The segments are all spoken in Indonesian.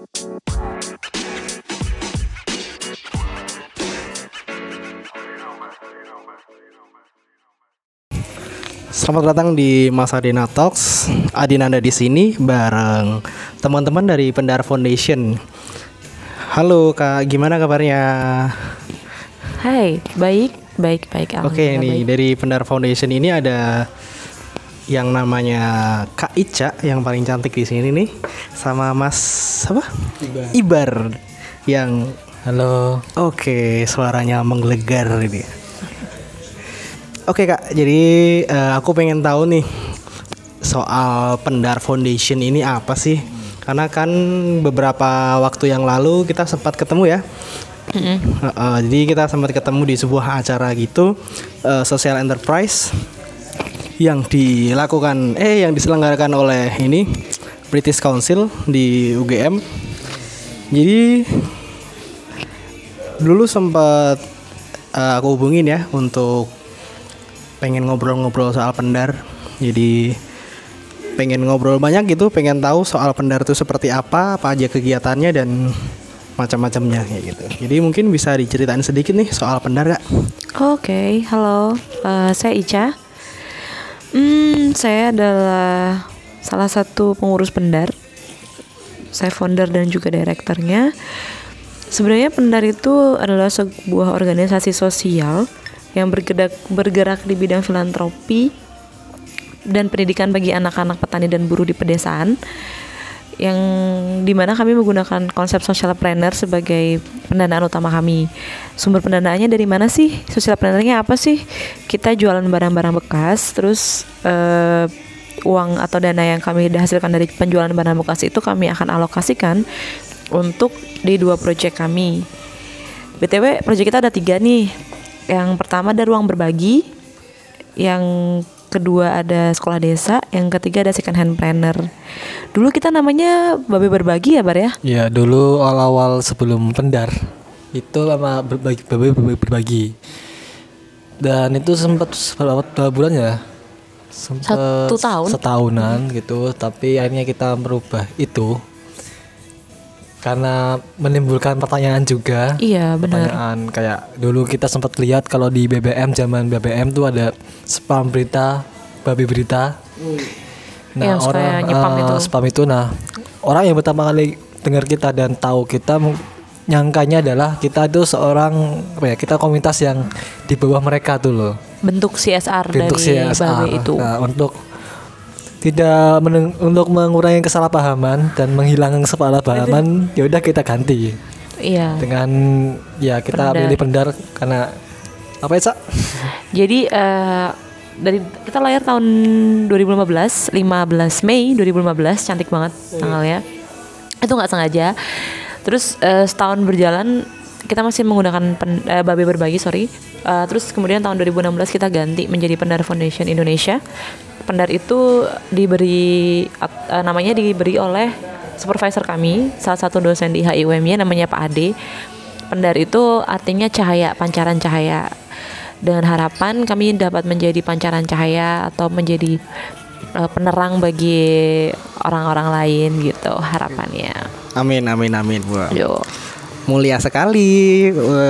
Selamat datang di Mas Adina Talks. Adinanda di sini bareng teman-teman dari Pendar Foundation. Halo Kak, gimana kabarnya? Hai, baik. Oke, nih baik. dari Pendar Foundation ini ada yang namanya Kak Ica yang paling cantik di sini nih, sama Mas apa? Ibar yang Halo. oke, suaranya menggelegar ini. Oke Kak, jadi aku pengen tahu nih soal Pendar Foundation ini apa sih? Karena kan beberapa waktu yang lalu kita sempat ketemu ya. Jadi kita sempat ketemu di sebuah acara gitu, social enterprise yang yang diselenggarakan oleh ini British Council di UGM. Jadi dulu sempat aku hubungin ya untuk pengen ngobrol-ngobrol soal Pendar. Jadi pengen ngobrol banyak gitu, pengen tahu soal Pendar itu seperti apa aja kegiatannya dan macam-macamnya kayak gitu. Jadi mungkin bisa diceritain sedikit nih soal Pendar, Kak. Oke, halo. Saya Ica. Saya adalah salah satu pengurus Pendar. Saya founder dan juga direkturnya. Sebenarnya Pendar itu adalah sebuah organisasi sosial yang bergerak di bidang filantropi dan pendidikan bagi anak-anak petani dan buruh di pedesaan, yang dimana kami menggunakan konsep social planner sebagai pendanaan utama kami. Sumber pendanaannya dari mana sih? Social plannernya apa sih? Kita jualan barang-barang bekas, terus uang atau dana yang kami hasilkan dari penjualan barang bekas itu kami akan alokasikan untuk di 2 proyek kami. BTW proyek kita ada 3 nih. Yang pertama ada ruang berbagi, yang kedua ada sekolah desa, yang ketiga ada second hand planner. Dulu kita namanya Babe Berbagi ya Bar ya? Ya dulu awal-awal sebelum Pendar itu lama berbagi. Dan itu sempat berapa bulan ya? Sempat 1 tahun. Setahunan gitu. Tapi akhirnya kita merubah itu karena menimbulkan pertanyaan juga. Iya benar. Pertanyaan kayak dulu kita sempat lihat kalau di BBM, zaman BBM tuh ada spam berita, babi berita. Nah, Yang orang nyepam itu. spam itu, nah orang yang pertama kali dengar kita dan tahu kita nyangkanya adalah kita itu seorang kita komunitas yang di bawah mereka tuh loh. Bentuk CSR Bentuk dari CSR. Babe itu. Nah, untuk mengurangi kesalahpahaman dan menghilangkan kesalahpahaman, ya udah kita ganti Iya. dengan kita Pendar. pilih Pendar karena apa ya, Cak? Jadi dari kita lahir tahun 2015, 15 Mei 2015, cantik banget tanggalnya. Itu nggak sengaja. Terus setahun berjalan kita masih menggunakan Babe Berbagi, terus kemudian tahun 2016 kita ganti menjadi Pendar Foundation Indonesia. Pendar itu diberi oleh supervisor kami, salah satu dosen di HIUM-nya namanya Pak Ade. Pendar itu artinya cahaya, pancaran cahaya. Dengan harapan kami dapat menjadi pancaran cahaya atau menjadi penerang bagi orang-orang lain gitu harapannya. Amin. Wah. Yo. Mulia sekali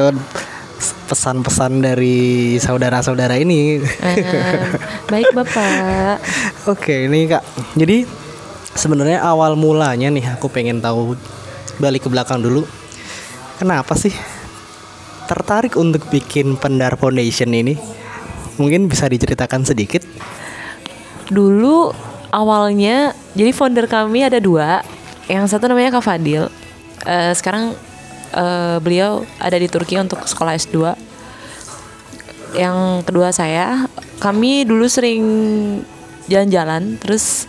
pesan-pesan dari saudara-saudara ini. Baik Bapak. Oke, ini Kak. Jadi sebenarnya awal mulanya nih aku pengen tahu, balik ke belakang dulu. Kenapa sih tertarik untuk bikin Pendar Foundation ini? Mungkin bisa diceritakan sedikit. Dulu awalnya jadi founder kami ada 2. Yang satu namanya Kak Fadil. Sekarang beliau ada di Turki untuk sekolah S2. Yang kedua kami dulu sering jalan-jalan, terus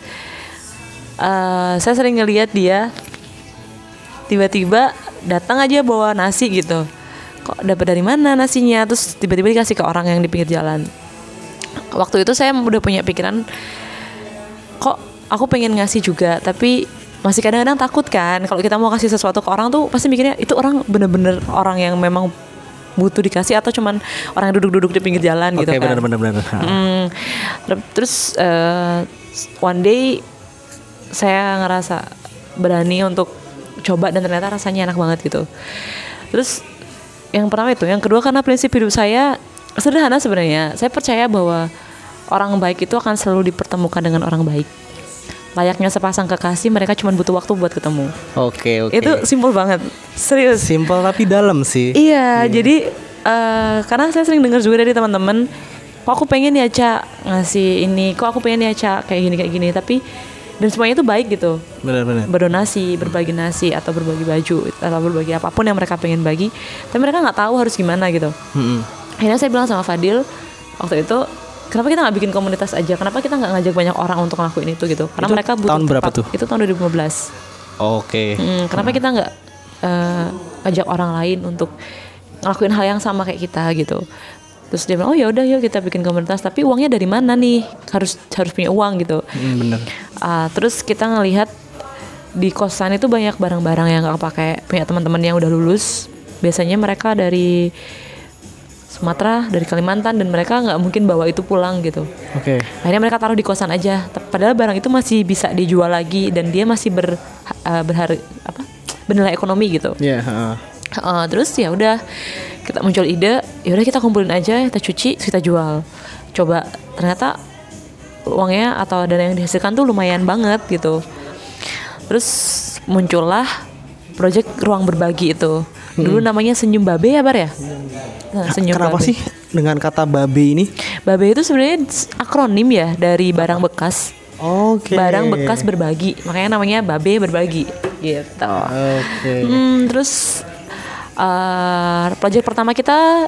saya sering ngelihat dia tiba-tiba datang aja bawa nasi gitu. Kok dapat dari mana nasinya? Terus tiba-tiba dikasih ke orang yang di pinggir jalan. Waktu itu saya udah punya pikiran, kok aku pengen ngasih juga, tapi masih kadang-kadang takut kan kalau kita mau kasih sesuatu ke orang tuh pasti mikirnya itu orang bener-bener orang yang memang butuh dikasih atau cuman orang yang duduk-duduk di pinggir jalan gitu kan. Oke, benar. Terus one day saya ngerasa berani untuk coba dan ternyata rasanya enak banget gitu. Terus yang pertama itu, yang kedua karena prinsip hidup saya sederhana sebenarnya. Saya percaya bahwa orang baik itu akan selalu dipertemukan dengan orang baik. Layaknya sepasang kekasih, mereka cuma butuh waktu buat ketemu. Oke. Itu simpel banget, serius. Simpel tapi dalam sih. Iya, jadi karena saya sering dengar juga dari teman-teman, kok aku pengen ya Cak ngasih ini, kok aku pengen ya Cak kayak gini, tapi dan semuanya itu baik gitu. Benar-benar. Berdonasi, berbagi nasi atau berbagi baju atau berbagi apapun yang mereka pengen bagi, tapi mereka nggak tahu harus gimana gitu. Akhirnya saya bilang sama Fadil waktu itu, kenapa kita nggak bikin komunitas aja? Kenapa kita nggak ngajak banyak orang untuk ngelakuin itu gitu? Karena Itu mereka butuh tahun berapa tempat. tuh? Itu tahun 2015. Oke. Kenapa kita nggak ngajak orang lain untuk ngelakuin hal yang sama kayak kita gitu? Terus dia bilang, oh ya udah yuk kita bikin komunitas. Tapi uangnya dari mana nih? Harus punya uang gitu. Bener. Terus kita ngelihat di kosan itu banyak barang-barang yang nggak pakai, punya teman-teman yang udah lulus. Biasanya mereka dari Sumatera, dari Kalimantan, dan mereka nggak mungkin bawa itu pulang gitu. Oke. Akhirnya mereka taruh di kosan aja. Padahal barang itu masih bisa dijual lagi dan dia masih bernilai ekonomi gitu. Iya. Terus ya udah kita muncul ide, ya udah kita kumpulin aja, kita cuci, terus kita jual. Coba ternyata uangnya atau dana yang dihasilkan tuh lumayan banget gitu. Terus muncullah project ruang berbagi itu. Dulu namanya Senyum Babe ya Bar ya? Nah, Senyum Kenapa Babe. sih dengan kata babe ini? Babe itu sebenarnya akronim ya dari barang bekas. Oke. Barang bekas berbagi, makanya namanya Babe berbagi gitu. Oke. Terus project pertama kita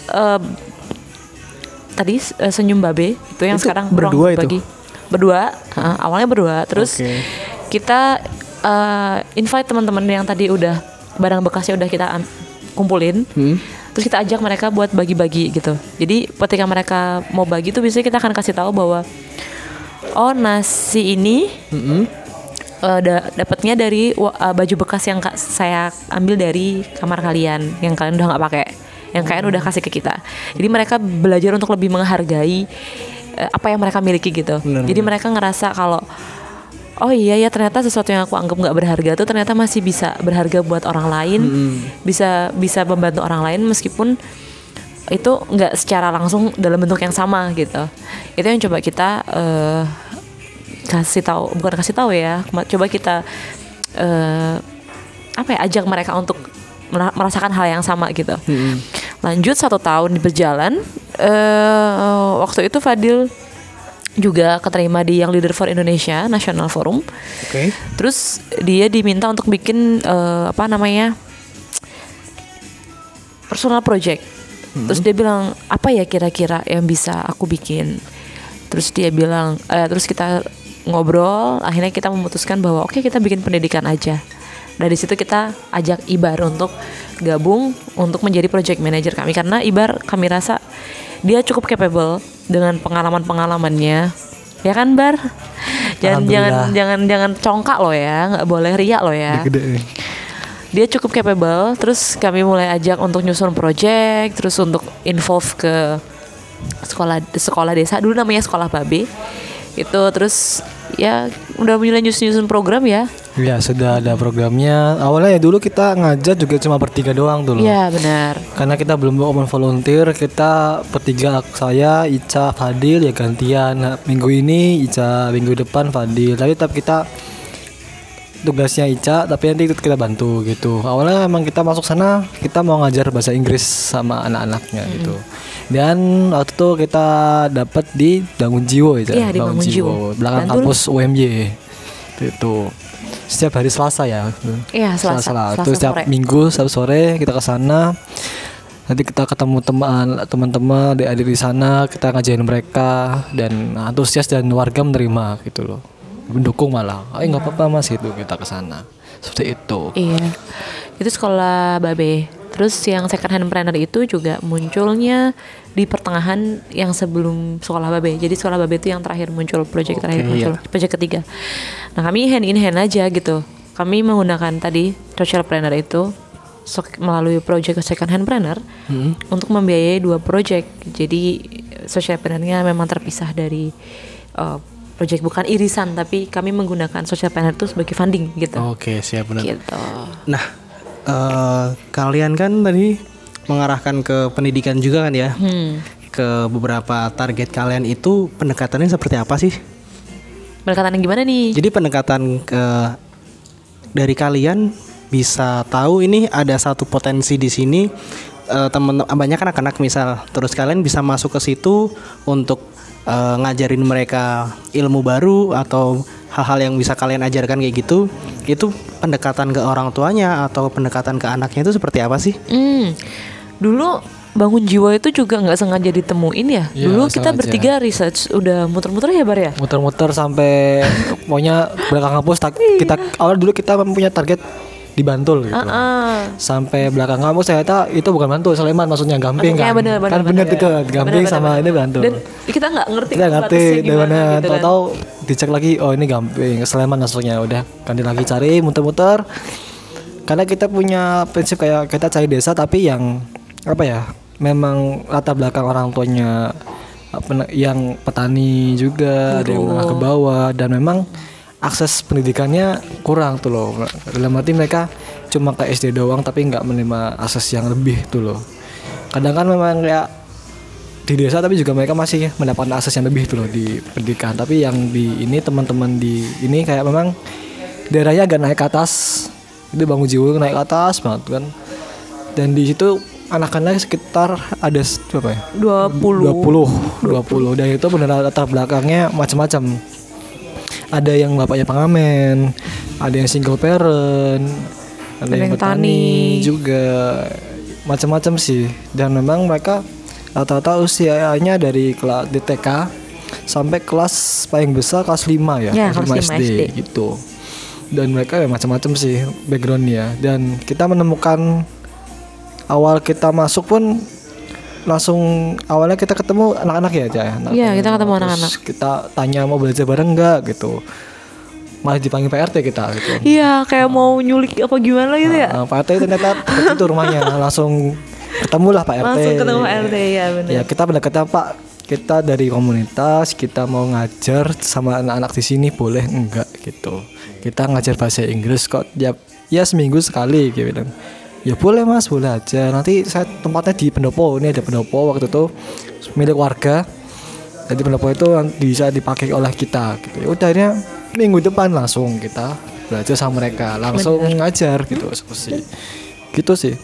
tadi Senyum Babe itu yang Itu sekarang berdua ruang berbagi. Berdua, awalnya berdua. Terus Oke. kita invite teman-teman yang tadi udah barang bekasnya udah kita kumpulin. Terus kita ajak mereka buat bagi-bagi gitu. Jadi ketika mereka mau bagi tuh biasanya kita akan kasih tahu bahwa oh nasi ini dapatnya dari baju bekas yang saya ambil dari kamar kalian yang kalian udah nggak pakai, yang kalian udah kasih ke kita. Jadi mereka belajar untuk lebih menghargai apa yang mereka miliki gitu. Jadi mereka ngerasa kalau oh iya ya ternyata sesuatu yang aku anggap nggak berharga tuh ternyata masih bisa berharga buat orang lain, bisa membantu orang lain meskipun itu nggak secara langsung dalam bentuk yang sama gitu. Itu yang coba kita kasih tahu ya, coba kita ajak mereka untuk merasakan hal yang sama gitu. Lanjut 1 tahun berjalan, waktu itu Fadil juga keterima di Young Leader for Indonesia National Forum. Oke. Terus dia diminta untuk bikin personal project. Terus dia bilang apa ya kira-kira yang bisa aku bikin. Terus dia bilang, terus kita ngobrol. Akhirnya kita memutuskan bahwa oke, kita bikin pendidikan aja. Dari situ kita ajak Ibar untuk gabung untuk menjadi project manager kami, karena Ibar kami rasa dia cukup capable dengan pengalaman-pengalamannya, ya kan Bar? Jangan congkak loh ya, nggak boleh riak loh ya. Dia cukup capable. Terus kami mulai ajak untuk nyusun project, terus untuk involve ke sekolah desa, dulu namanya sekolah Babe itu. Terus ya udah mulai nyusun program ya. Ya sudah ada programnya. Awalnya ya dulu kita ngajar juga cuma bertiga doang dulu. Iya benar. Karena kita belum open volunteer, kita bertiga, saya, Ica, Fadil ya gantian. Nah, minggu ini Ica, minggu depan Fadil. Tapi tetap kita tugasnya Ica, tapi nanti kita bantu gitu. Awalnya emang kita masuk sana kita mau ngajar bahasa Inggris sama anak-anaknya gitu. Dan waktu itu kita dapat di Bangun Jiwo ya. Iya, di Bangun Jiwo. Belakang kampus UMY. Itu setiap hari Selasa ya. Iya, Selasa Terus setiap sore. Minggu Sabtu sore kita ke sana. Nanti kita ketemu teman-teman adik-adik di sana, kita ngajarin mereka dan antusias dan warga menerima gitu loh. Mendukung malah. Nggak apa-apa Mas itu kita ke sana. Seperti itu. Iya. Itu sekolah Babe. Terus yang second hand planner itu juga munculnya di pertengahan yang sebelum sekolah Babe. Jadi sekolah Babe itu yang terakhir muncul, project ketiga. Nah, kami hand in hand aja gitu. Kami menggunakan tadi social planner itu melalui project second hand planner untuk membiayai 2 project. Jadi social plannernya memang terpisah dari project, bukan irisan, tapi kami menggunakan social planner itu sebagai funding gitu. Oke, siap benar. Gitu. Nah, kalian kan tadi mengarahkan ke pendidikan juga kan ya? Ke beberapa target kalian itu pendekatannya seperti apa sih? Pendekatan yang gimana nih? Jadi pendekatan dari kalian bisa tahu ini ada satu potensi di sini, teman banyak kan anak-anak misal, terus kalian bisa masuk ke situ untuk ngajarin mereka ilmu baru atau hal-hal yang bisa kalian ajarkan kayak gitu. Itu pendekatan ke orang tuanya atau pendekatan ke anaknya itu seperti apa sih? Dulu bangun jiwa itu juga nggak sengaja ditemuin ya. Iya, Dulu kita sengaja. bertiga research udah muter-muter ya Bar ya. Muter-muter sampai pokoknya belakang kampus kita awal dulu kita punya target di Bantul gitu. Sampai belakang kampus ternyata itu bukan Bantul, Sleman maksudnya Gamping Maksudnya kan. bener, Kan bener dekat Gamping sama ini Bantul. Dan kita nggak ngerti Kita ngerti batasnya dari mana, gitu kan. tahu-tahu dicek lagi, oh ini Gamping, Sleman maksudnya, udah ganti lagi cari muter-muter. Karena kita punya prinsip kayak kita cari desa tapi yang apa ya, memang latar belakang orang tuanya yang petani juga, ada yang menengah ke bawah, dan memang akses pendidikannya kurang tuh loh. Dalam arti mereka cuma ke SD doang tapi nggak menerima akses yang lebih tuh loh. Kadang kan memang kayak di desa tapi juga mereka masih mendapatkan akses yang lebih tuh loh di pendidikan. Tapi yang di ini teman-teman di ini kayak memang daerahnya agak naik ke atas. Itu Bangun Jiwa naik ke atas banget kan. Dan di situ anak-anak sekitar ada berapa ya? 20. Dan itu beneran latar belakangnya macam-macam. Ada yang bapaknya pengamen, ada yang single parent, ada yang petani juga, macam-macam sih. Dan memang mereka rata-rata usianya dari kelas TK sampai kelas paling besar kelas 5 ya, kelas 5 SD gitu. Dan mereka ya macam-macam sih backgroundnya. Dan kita menemukan awal kita masuk pun langsung awalnya kita ketemu anak-anak ya aja ya. Iya, kita ketemu anak-anak. Kita tanya mau belajar bareng enggak gitu. Malah dipanggil PRT kita gitu. Iya, kayak mau nyulik apa gimana gitu ya. Pak RT ternyata dekat itu rumahnya, langsung ketemulah Pak RT. Langsung ketemu RT ya benar. Ya kita pendekatnya Pak, kita dari komunitas, kita mau ngajar sama anak-anak di sini boleh enggak gitu. Kita ngajar bahasa Inggris kok ya seminggu sekali gitu bilang. Ya boleh Mas, boleh aja. Nanti saya tempatnya di pendopo. Ini ada pendopo waktu itu milik warga. Jadi pendopo itu bisa dipakai oleh kita gitu. Ya udah akhirnya minggu depan langsung kita belajar sama mereka, langsung ngajar gitu seperti gitu sih.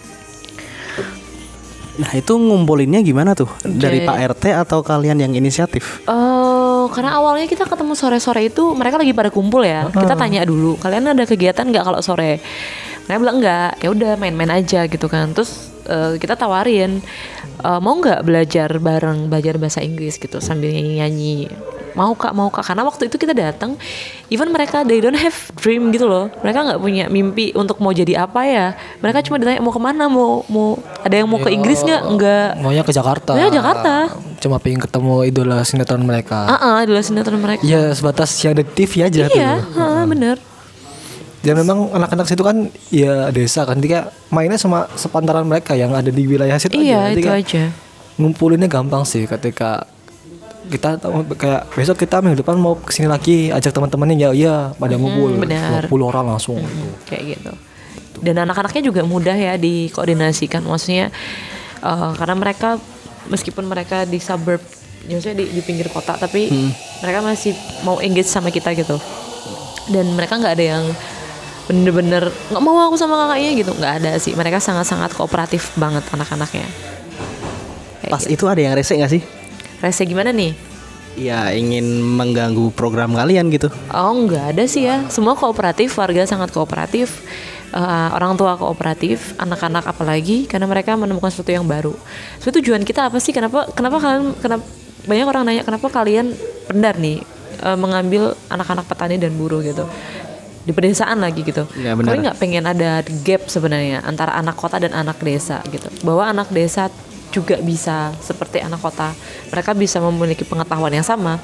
Nah itu ngumpulinnya gimana tuh? Dari Pak RT atau kalian yang inisiatif? Karena awalnya kita ketemu sore-sore itu mereka lagi pada kumpul ya. Kita tanya dulu, kalian ada kegiatan nggak kalau sore? Mereka bilang enggak, ya udah main-main aja gitu kan. Terus kita tawarin, mau nggak belajar bareng, belajar bahasa Inggris gitu sambil nyanyi. Mau kak, karena waktu itu kita datang, even mereka they don't have dream gitu loh. Mereka nggak punya mimpi untuk mau jadi apa ya. Mereka cuma ditanya mau kemana, mau ada yang mau ke Inggris nggak? Maunya ke Jakarta. Maunya Jakarta. Cuma pengen ketemu idola sinetron mereka. Idola sinetron mereka. Ya sebatas yang ada di TV aja tuh. Iya, bener. Dan memang anak-anak situ kan ya desa kan, dia mainnya sama sepantaran mereka yang ada di wilayah situ iya, aja. Iya itu aja. Ngumpulinnya gampang sih ketika kita kayak besok kita minggu depan mau kesini lagi, ajak teman-temannya ya pada ngumpul 20 orang langsung kayak gitu. Dan anak-anaknya juga mudah ya dikoordinasikan, maksudnya karena mereka meskipun mereka di suburb, maksudnya di pinggir kota, tapi mereka masih mau engage sama kita gitu. Dan mereka nggak ada yang bener-bener nggak mau aku sama kakaknya gitu, nggak ada sih. Mereka sangat-sangat kooperatif banget anak-anaknya. Kayak Pas gitu. itu ada yang rese gak sih? Rese gimana nih? Ya ingin mengganggu program kalian gitu. Oh nggak ada sih ya, semua kooperatif, warga sangat kooperatif, orang tua kooperatif, anak-anak apalagi, karena mereka menemukan sesuatu yang baru. So tujuan kita apa sih? Kenapa banyak orang nanya kenapa kalian Pendar nih mengambil anak-anak petani dan buruh gitu di pedesaan lagi gitu. Ya, benar. Kami nggak pengen ada gap sebenarnya antara anak kota dan anak desa gitu, bahwa anak desa juga bisa seperti anak kota, mereka bisa memiliki pengetahuan yang sama,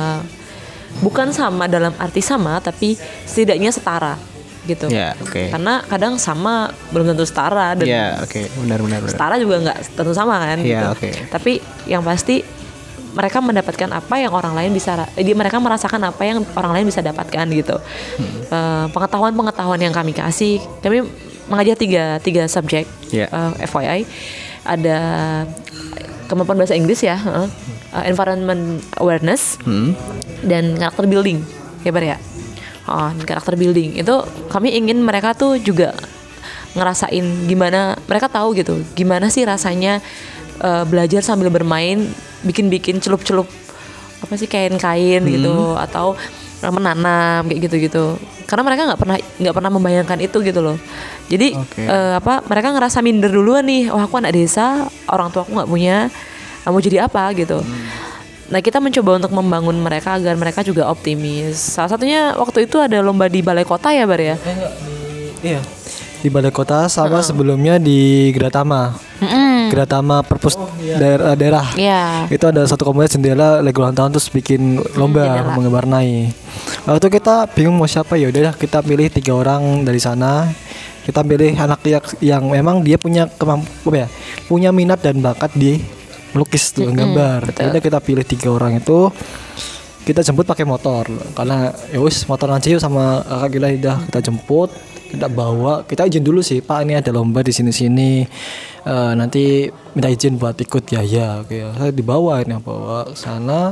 bukan sama dalam arti sama, tapi setidaknya setara gitu. Ya, oke. Karena kadang sama belum tentu setara, dan Ya, oke. Benar. setara juga nggak tentu sama kan. Ya, gitu. oke. Tapi yang pasti mereka mendapatkan apa yang orang lain mereka merasakan apa yang orang lain bisa dapatkan gitu. Pengetahuan yang kami kasih, kami mengajar tiga subjek. FYI ada kemampuan bahasa Inggris ya, environment awareness, dan karakter building ya Bar ya. Karakter building itu kami ingin mereka tuh juga ngerasain gimana, mereka tahu gitu gimana sih rasanya belajar sambil bermain, bikin celup-celup apa sih kain-kain gitu, atau menanam kayak gitu-gitu, karena mereka nggak pernah membayangkan itu gitu loh. Jadi mereka ngerasa minder duluan nih, aku anak desa, orang tua aku nggak punya, mau jadi apa gitu. Nah, kita mencoba untuk membangun mereka agar mereka juga optimis. Salah satunya waktu itu ada lomba di Balai Kota ya Bar ya? Iya, di Balai Kota sama sebelumnya di Gratama. Gratama Perpus daerah. Itu ada satu komunitas jendela lagi ulang tahun terus bikin lomba mengwarnai. Waktu kita bingung mau siapa, ya udah kita pilih 3 orang dari sana. Kita pilih anak yang memang dia punya punya minat dan bakat di melukis tuh, gambar. Jadi kita pilih 3 orang itu, kita jemput pakai motor karena ya wis motor aja yuk sama kakak gila, udah kita jemput, kita bawa, kita izin dulu sih, Pak ini ada lomba di sini nanti minta izin buat ikut ya oke. Saya dibawa sana,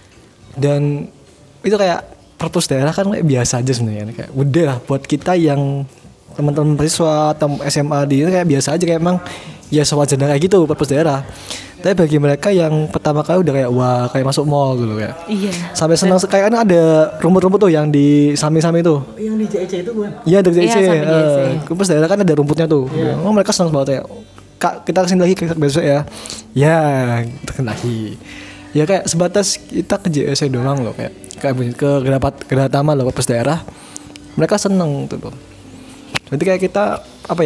dan itu kayak perpus daerah kan kayak biasa aja sebenarnya, kayak udah buat kita yang teman-teman mahasiswa atau SMA di kayak biasa aja, kayak emang ya sewajarnya kayak gitu perpus daerah. Tapi bagi mereka yang pertama kali udah kayak wah, kayak masuk mall gitu ya. Iya. Sampai senang, kayak kan ada rumput-rumput tuh yang di samping-samping tuh. Yang di JEC itu bukan? Iya, di JEC. Perpus daerah kan ada rumputnya tuh. Mereka senang banget ya. Kak, kita kesini lagi besok ya. Ya, kita kesini lagi. Ya kayak sebatas kita ke JEC doang loh, kayak ke Gratama loh, perpus daerah. Mereka senang tuh loh. Jadi kayak kita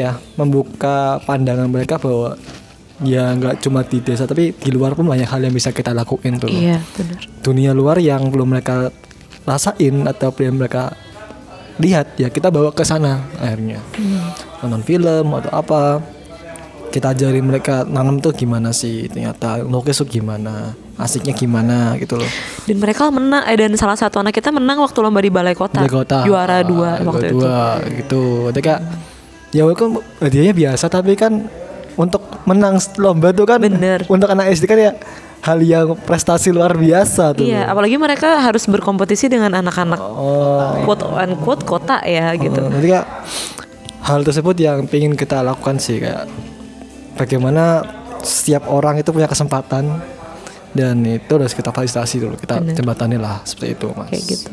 membuka pandangan mereka bahwa ya nggak cuma di desa tapi di luar pun banyak hal yang bisa kita lakuin tuh. Iya, benar. Dunia luar yang belum mereka rasain atau belum mereka lihat, ya kita bawa ke sana akhirnya. Nonton film atau apa, kita ajarin mereka nanam tuh gimana sih, ternyata lukis tuh gimana, asiknya gimana gitu loh. Dan mereka menang, dan salah satu anak kita menang waktu lomba di Balai Kota. Juara 2 waktu itu. Gitu. Jadi kayak ya walaupun hadiahnya biasa tapi kan untuk menang lomba tuh kan, bener, untuk anak SD kan ya hal yang prestasi luar biasa tuh. Iya, apalagi mereka harus berkompetisi dengan anak-anak quote unquote kota ya gitu. Nanti kayak hal tersebut yang pengen kita lakukan sih, kayak bagaimana setiap orang itu punya kesempatan, dan itu harus kita fasilitasi dulu, kita jembatani lah seperti itu Mas. Kayak gitu.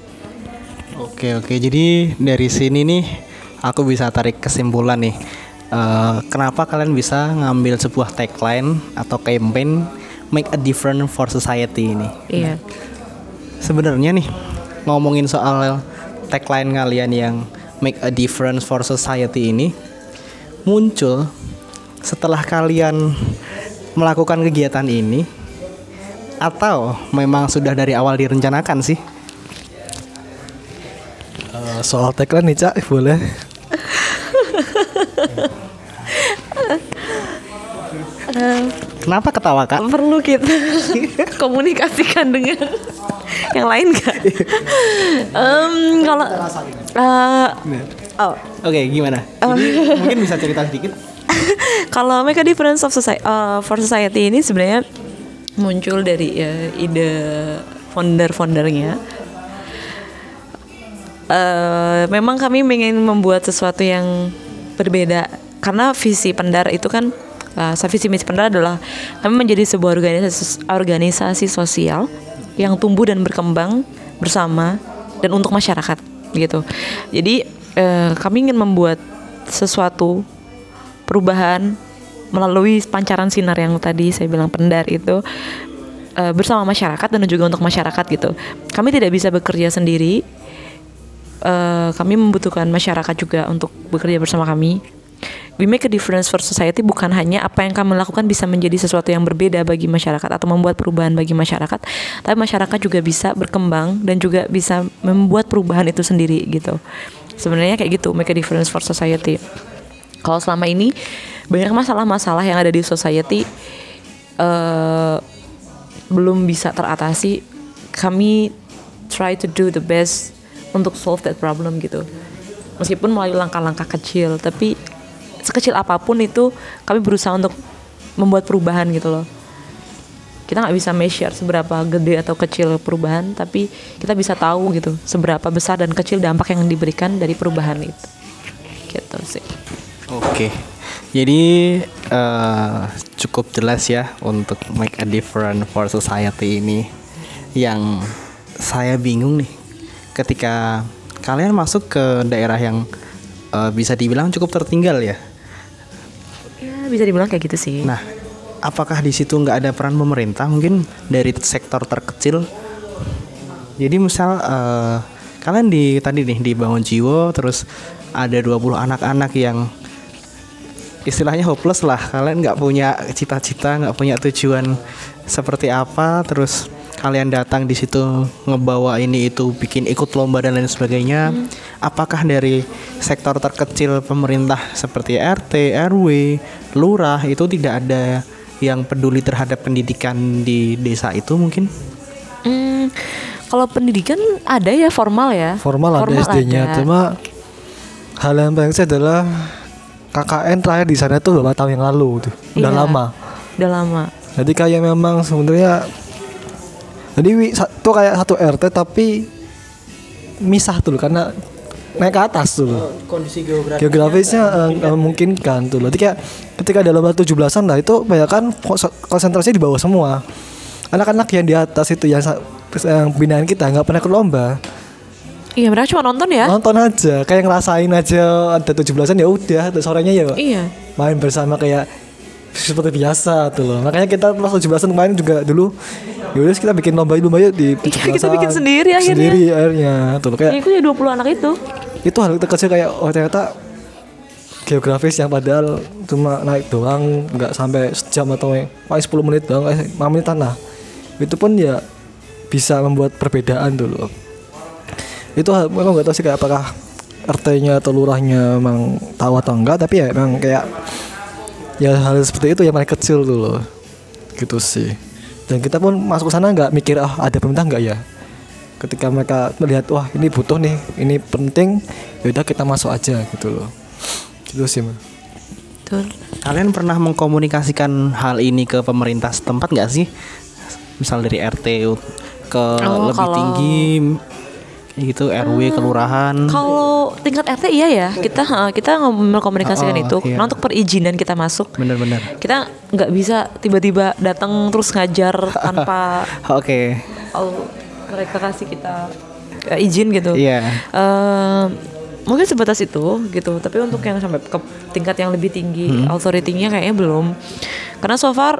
Oke, jadi dari sini nih aku bisa tarik kesimpulan nih. Kenapa kalian bisa ngambil sebuah tagline atau campaign make a difference for society ini? Iya. Sebenarnya nih ngomongin soal tagline kalian yang make a difference for society ini muncul setelah kalian melakukan kegiatan ini atau memang sudah dari awal direncanakan sih? Soal tagline nih Cak, boleh? Kenapa ketawa Kak? Perlu kita komunikasikan dengan yang lain gak? Kalau Oke, gimana? Jadi mungkin bisa cerita sedikit. Kalau make a difference for society ini sebenarnya muncul dari ide foundernya. Memang kami ingin membuat sesuatu yang berbeda, karena visi Pendar itu kan visi misi Pendar adalah kami menjadi sebuah organisasi sosial yang tumbuh dan berkembang bersama dan untuk masyarakat gitu. Jadi kami ingin membuat sesuatu perubahan melalui pancaran sinar yang tadi saya bilang Pendar itu bersama masyarakat dan juga untuk masyarakat gitu. Kami tidak bisa bekerja sendiri. Kami membutuhkan masyarakat juga untuk bekerja bersama kami. We make a difference for society bukan hanya apa yang kami lakukan bisa menjadi sesuatu yang berbeda bagi masyarakat atau membuat perubahan bagi masyarakat, tapi masyarakat juga bisa berkembang dan juga bisa membuat perubahan itu sendiri gitu. Sebenarnya kayak gitu, make a difference for society. Kalau selama ini banyak masalah-masalah yang ada di society, belum bisa teratasi, kami try to do the best untuk solve that problem gitu. Meskipun melalui langkah-langkah kecil, tapi sekecil apapun itu kami berusaha untuk membuat perubahan gitu loh. Kita nggak bisa measure seberapa gede atau kecil perubahan, tapi kita bisa tahu gitu seberapa besar dan kecil dampak yang diberikan dari perubahan itu. Gitu sih. Oke. Jadi cukup jelas ya untuk make a difference for society ini. Yang saya bingung nih ketika kalian masuk ke daerah yang bisa dibilang cukup tertinggal ya. Ya bisa dibilang kayak gitu sih. Nah, apakah di situ nggak ada peran pemerintah mungkin dari sektor terkecil? Jadi misal kalian tadi nih di Bangunjiwo, terus ada 20 anak-anak yang istilahnya hopeless lah. Kalian nggak punya cita-cita, nggak punya tujuan seperti apa, terus kalian datang di situ ngebawa ini itu, bikin ikut lomba dan lain sebagainya. Apakah dari sektor terkecil pemerintah seperti RT, RW, lurah itu tidak ada yang peduli terhadap pendidikan di desa itu mungkin? Kalau pendidikan ada ya formal ya. Formal ada SD-nya, cuma hal yang paling saya adalah KKN terakhir di sana tuh beberapa tahun yang lalu tuh. Udah lama. Udah lama. Jadi kayak memang sebenarnya itu kayak satu RT tapi misah tuh karena naik ke atas tuh. Kondisi geografisnya memungkinkan tuh. Jadi kayak ketika dalam 17-an lah itu banyak kan konsentrasinya di bawah semua. Anak-anak yang di atas itu yang binaan kita nggak pernah ikut lomba. Iya, mereka cuma nonton ya. Nonton aja, kayak ngerasain aja ada 17-an ya udah, sorenya ya main bersama kayak seperti biasa tuh loh. Makanya kita pas 17-an kemarin juga dulu ya udah kita bikin lomba yuk di 17-an. Kita bikin sendiri akhirnya tuh loh, kayak itu ya 20 anak itu. Itu hal terkecil kayak ternyata geografis yang padahal cuma naik doang nggak sampai sejam atau paling 10 menit doang, 5 menitan lah. Itu pun ya bisa membuat perbedaan dulu. Itu memang nggak tahu sih kayak apakah RT-nya atau lurahnya memang tahu atau enggak, tapi ya memang kayak ya hal seperti itu yang paling kecil tuh loh, gitu sih. Dan kita pun masuk ke sana nggak mikir ada pemerintah nggak ya. Ketika mereka melihat wah ini butuh nih, ini penting, ya udah kita masuk aja gitu loh. Gitu sih, Man. Betul. Kalian pernah mengkomunikasikan hal ini ke pemerintah setempat nggak sih? Misal dari RT ke lebih tinggi gitu, RW, kelurahan. Kalau tingkat RT iya ya, kita mengkomunikasikan itu. Iya. Nah, untuk perizinan kita masuk, Benar-benar. kita nggak bisa tiba-tiba datang terus ngajar tanpa Oke. mereka kasih kita izin gitu. Iya. Mungkin sebatas itu gitu. Tapi untuk yang sampai ke tingkat yang lebih tinggi, authority-nya kayaknya belum. Karena so far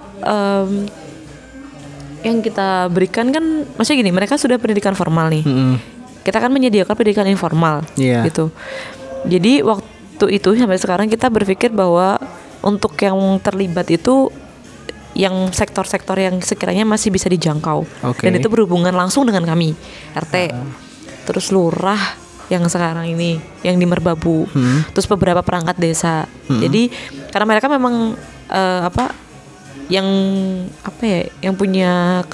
yang kita berikan kan, maksudnya gini, mereka sudah pendidikan formal nih. Kita kan menyediakan pendidikan informal, gitu. Jadi waktu itu sampai sekarang kita berpikir bahwa untuk yang terlibat itu yang sektor-sektor yang sekiranya masih bisa dijangkau, dan itu berhubungan langsung dengan kami, RT, terus lurah yang sekarang ini yang di Merbabu, terus beberapa perangkat desa. Jadi karena mereka memang yang punya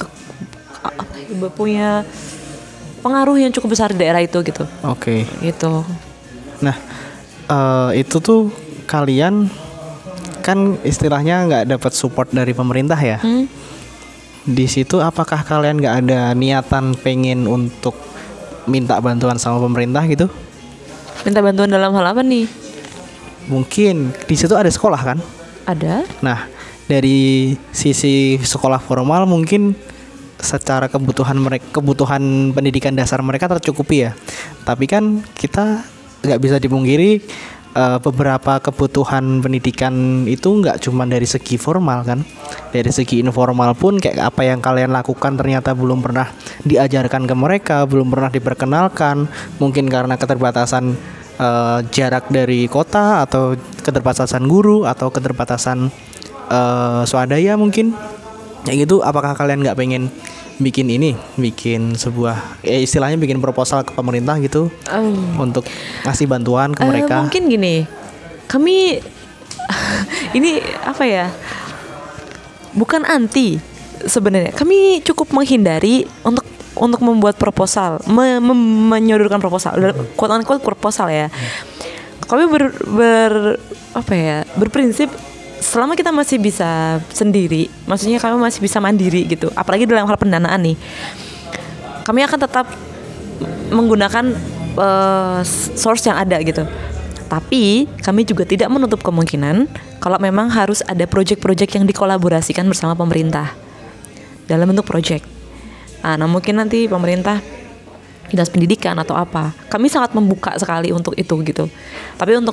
punya pengaruh yang cukup besar di daerah itu gitu. Oke. Gitu. Nah, itu tuh kalian kan istilahnya nggak dapat support dari pemerintah ya. Di situ apakah kalian nggak ada niatan pengen untuk minta bantuan sama pemerintah gitu? Minta bantuan dalam hal apa nih? Mungkin di situ ada sekolah kan? Ada. Nah, dari sisi sekolah formal mungkin secara kebutuhan pendidikan dasar mereka tercukupi ya. Tapi kan kita nggak bisa dipungkiri beberapa kebutuhan pendidikan itu nggak cuma dari segi formal kan, dari segi informal pun kayak apa yang kalian lakukan ternyata belum pernah diajarkan ke mereka, belum pernah diperkenalkan, mungkin karena keterbatasan jarak dari kota atau keterbatasan guru atau keterbatasan swadaya mungkin. Ya gitu, apakah kalian nggak pengen bikin sebuah istilahnya bikin proposal ke pemerintah gitu untuk ngasih bantuan ke mereka? Mungkin gini, kami ini apa ya, bukan anti, sebenarnya kami cukup menghindari untuk membuat proposal, menyodorkan proposal, quote unquote proposal ya. Kami berprinsip selama kita masih bisa sendiri, maksudnya kami masih bisa mandiri gitu, apalagi dalam hal pendanaan nih, kami akan tetap menggunakan source yang ada gitu. Tapi kami juga tidak menutup kemungkinan kalau memang harus ada project-project yang dikolaborasikan bersama pemerintah dalam bentuk project. Nah mungkin nanti pemerintah dinas pendidikan atau apa, kami sangat membuka sekali untuk itu gitu. Tapi untuk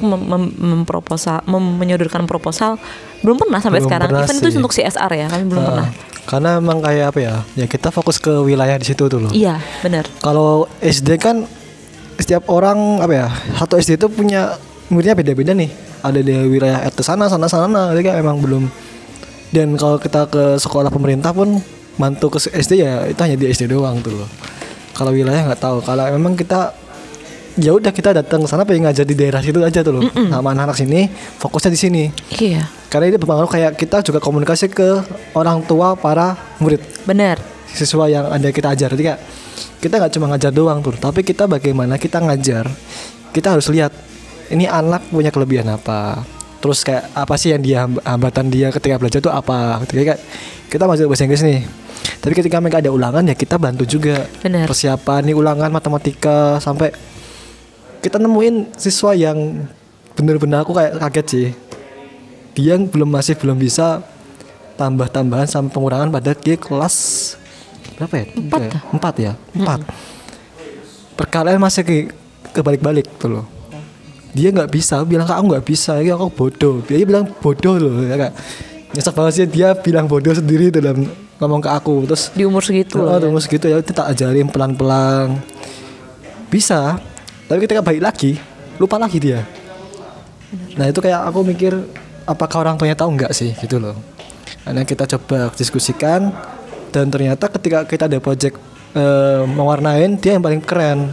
menyodorkan proposal belum pernah sampai sekarang. Even itu untuk CSR ya, kami belum pernah. Karena emang kayak apa ya? Ya kita fokus ke wilayah di situ tuh loh. Iya, benar. Kalau SD kan setiap orang apa ya? Satu SD itu punya muridnya beda-beda nih. Ada di wilayah RT sana. Jadi kayak memang belum. Dan kalau kita ke sekolah pemerintah pun mantu ke SD ya itu hanya di SD doang tuh loh. Kalau wilayah nggak tahu. Kalau memang kita ya udah kita datang ke sana pengen ngajar di daerah situ aja tuh loh. Sama anak-anak sini fokusnya di sini. Iya. Karena ini berpengaruh kayak kita juga komunikasi ke orang tua para murid. Benar. Siswa yang ada kita ajar. Jadi kayak kita nggak cuma ngajar doang tuh, tapi kita bagaimana kita ngajar. Kita harus lihat ini anak punya kelebihan apa. Terus kayak apa sih yang hambatan dia ketika belajar tuh apa. Ketika kita masuk bahasa Inggris nih. Tapi ketika mereka ada ulangan ya kita bantu juga. Bener. Persiapan nih ulangan matematika sampai kita nemuin siswa yang bener-bener aku kayak kaget sih. Dia masih belum bisa tambah-tambahan sama pengurangan pada dia kelas berapa ya? 4 ya? 4. Perkalian masih kebalik-balik tuh loh. Dia nggak bisa, bilang aku nggak bisa, ya aku bodoh. Dia bilang bodoh loh, ya kak. Nyesek banget sih dia bilang bodoh sendiri dalam ngomong ke aku. Terus di umur segitu. Umur segitu ya kita ajarin pelan-pelan. Bisa, tapi ketika balik lagi lupa lagi dia. Nah itu kayak aku mikir apakah orang tuanya tahu nggak sih gitu loh. Karena kita coba diskusikan dan ternyata ketika kita ada project mewarnain dia yang paling keren.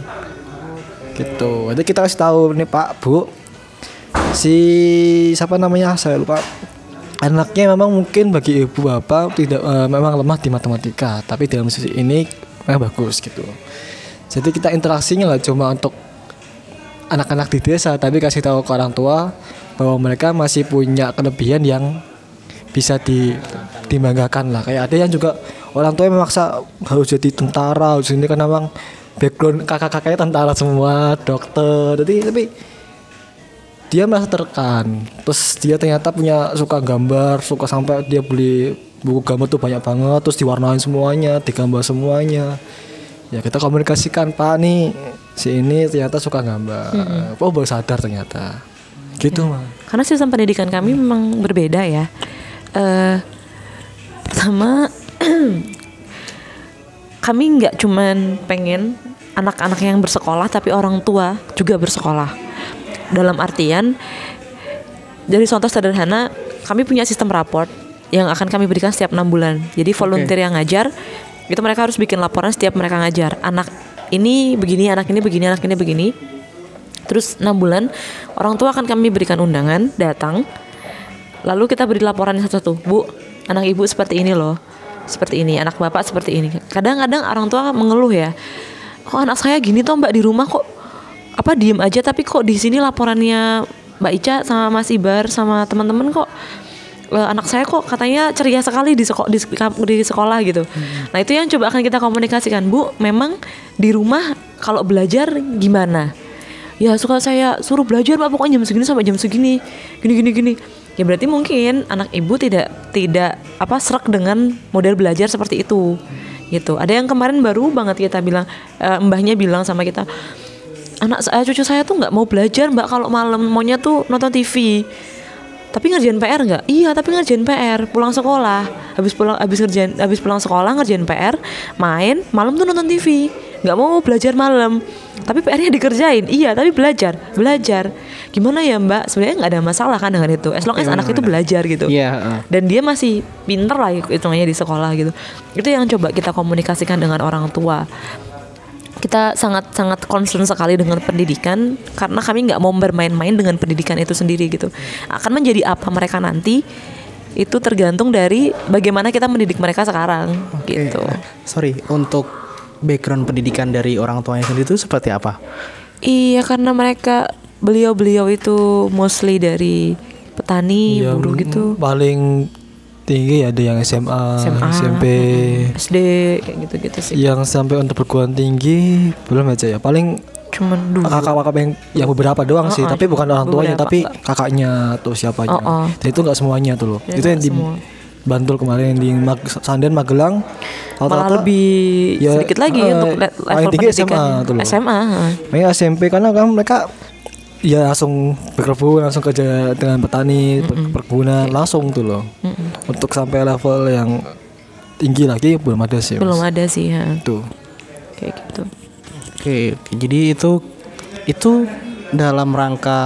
Gitu. Jadi kita kasih tahu nih Pak, Bu, si siapa namanya saya lupa. Anaknya memang mungkin bagi ibu bapak tidak memang lemah di matematika, tapi dalam sisi ini memang bagus gitu. Jadi kita interaksinya nggak cuma untuk anak-anak di desa, tapi kasih tahu ke orang tua bahwa mereka masih punya kelebihan yang bisa dibanggakan lah. Kayak ada yang juga orang tua memaksa harus jadi tentara, harus ini karena memang background kakak-kakaknya tentara semua, dokter. Tapi dia merasa tertekan. Terus dia ternyata suka gambar, suka sampai dia beli buku gambar tuh banyak banget, terus diwarnain semuanya, digambar semuanya. Ya kita komunikasikan, Pak nih si ini ternyata suka gambar. Oh baru sadar ternyata. Gitu mah. Karena sistem pendidikan kami memang berbeda ya. Pertama kami nggak cuman pengen anak-anak yang bersekolah, tapi orang tua juga bersekolah. Dalam artian, dari contoh sederhana, kami punya sistem raport yang akan kami berikan setiap 6 bulan. Jadi volunteer yang ngajar, itu mereka harus bikin laporan setiap mereka ngajar. Anak ini begini, anak ini begini, anak ini begini. Terus 6 bulan, orang tua akan kami berikan undangan, datang. Lalu kita beri laporan satu-satu. Bu, anak ibu seperti ini loh. Seperti ini, anak bapak seperti ini. Kadang-kadang orang tua mengeluh ya, kok anak saya gini toh mbak, di rumah kok diem aja, tapi kok di sini laporannya Mbak Ica sama Mas Ibar sama teman-teman kok anak saya kok katanya ceria sekali di sekolah gitu. Nah itu yang coba akan kita komunikasikan. Bu, memang di rumah kalau belajar gimana? Ya suka saya suruh belajar Mbak, pokoknya jam segini sampai jam segini, gini. Ya berarti mungkin anak ibu tidak serak dengan model belajar seperti itu gitu. Ada yang kemarin baru banget kita bilang, mbahnya bilang sama kita, cucu saya tuh nggak mau belajar Mbak, kalau malam maunya tuh nonton TV. Tapi ngerjain PR nggak? Iya, tapi ngerjain PR. Pulang sekolah, habis pulang sekolah ngerjain PR, main, malam tuh nonton TV. Nggak mau belajar malam. Tapi PR-nya dikerjain. Iya, tapi belajar. Gimana ya Mbak? Sebenarnya nggak ada masalah kan dengan itu. As long as anak itu belajar gitu. Dan dia masih pinter lah hitungannya di sekolah gitu. Itu yang coba kita komunikasikan dengan orang tua. Kita sangat concern sekali dengan pendidikan, karena kami nggak mau bermain-main dengan pendidikan itu sendiri gitu. Akan menjadi apa mereka nanti, itu tergantung dari bagaimana kita mendidik mereka sekarang gitu. Sorry, untuk background pendidikan dari orang tuanya sendiri itu seperti apa? Iya, karena beliau itu mostly dari petani, Yang buruh gitu. paling tinggi ada yang SMA, SMP, SD kayak gitu-gitu sih. yang sampai untuk perguruan tinggi belum aja ya. Paling Cuman dulu. kakak-kakak yang beberapa doang sih, tapi bukan orang tuanya, beberapa, tapi kakaknya atau siapanya. Dan itu nggak semuanya tuh loh. Dan Itu yang di semua. Bantul kemarin di Sandan Magelang. Malah lebih sedikit lagi untuk level paling tinggi SMA pendidikan. tuh loh. SMA. Makanya SMP karena kan mereka ya langsung berkebun, langsung kerja dengan petani, perkebunan langsung tuh loh. Untuk sampai level yang tinggi lagi belum ada sih. Belum Mas. ada sih ya. Tuh. Kayak gitu. Oke, jadi itu dalam rangka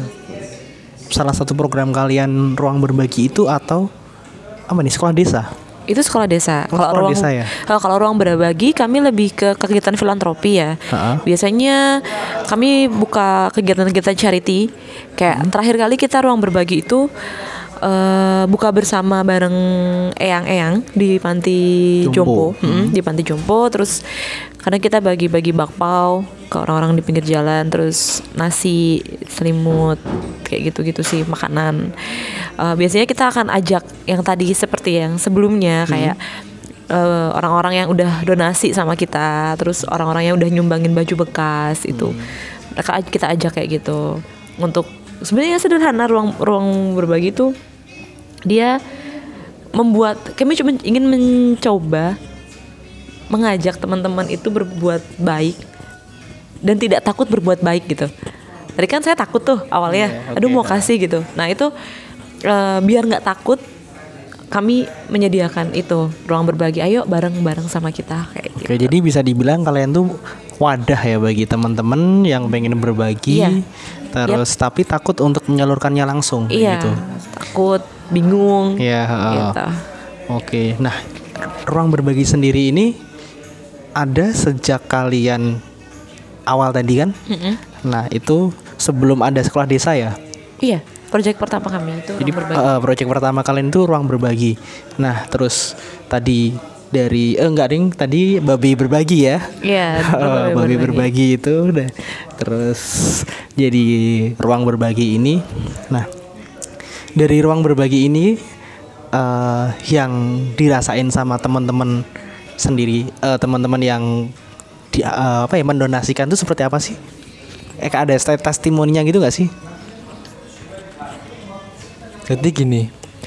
salah satu program kalian ruang berbagi itu atau apa nih, sekolah desa? Itu sekolah desa. Oh, sekolah desa ya? Kalau ruang berbagi kami lebih ke kegiatan filantropi ya. Biasanya kami buka kegiatan-kegiatan charity. Kayak terakhir kali kita ruang berbagi itu buka bersama bareng eyang-eyang di Panti Jompo, di Panti Jompo. Terus karena kita bagi-bagi bakpao ke orang-orang di pinggir jalan, terus nasi, selimut, kayak gitu-gitu sih makanan. Biasanya kita akan ajak yang tadi seperti yang sebelumnya kayak orang-orang yang udah donasi sama kita, terus orang-orang yang udah nyumbangin baju bekas itu, mereka kita ajak kayak gitu. Untuk sebenarnya sederhana, ruang berbagi itu dia membuat kami cuma ingin mencoba mengajak teman-teman itu berbuat baik dan tidak takut berbuat baik gitu. Tadi kan saya takut tuh awalnya, aduh mau kasih gitu. Nah itu biar nggak takut, kami menyediakan itu ruang berbagi. Ayo bareng-bareng sama kita kayak gitu. Oke, jadi bisa dibilang kalian tuh wadah ya bagi teman-teman yang pengen berbagi, terus tapi takut untuk menyalurkannya langsung. Iya, gitu. takut, bingung. Iya. Gitu. Oke, nah ruang berbagi sendiri ini ada sejak kalian awal tadi kan? Nah itu sebelum ada sekolah desa ya? Iya, proyek pertama kami itu Jadi ruang berbagi. proyek pertama kalian itu ruang berbagi. Nah terus tadi dari tadi babi berbagi ya? Iya, Babi berbagi itu udah. Terus jadi ruang berbagi ini. Nah dari ruang berbagi ini yang dirasain sama teman-teman sendiri, teman-teman yang mendonasikan itu seperti apa sih? Ada testimoninya gitu nggak sih? Jadi gini,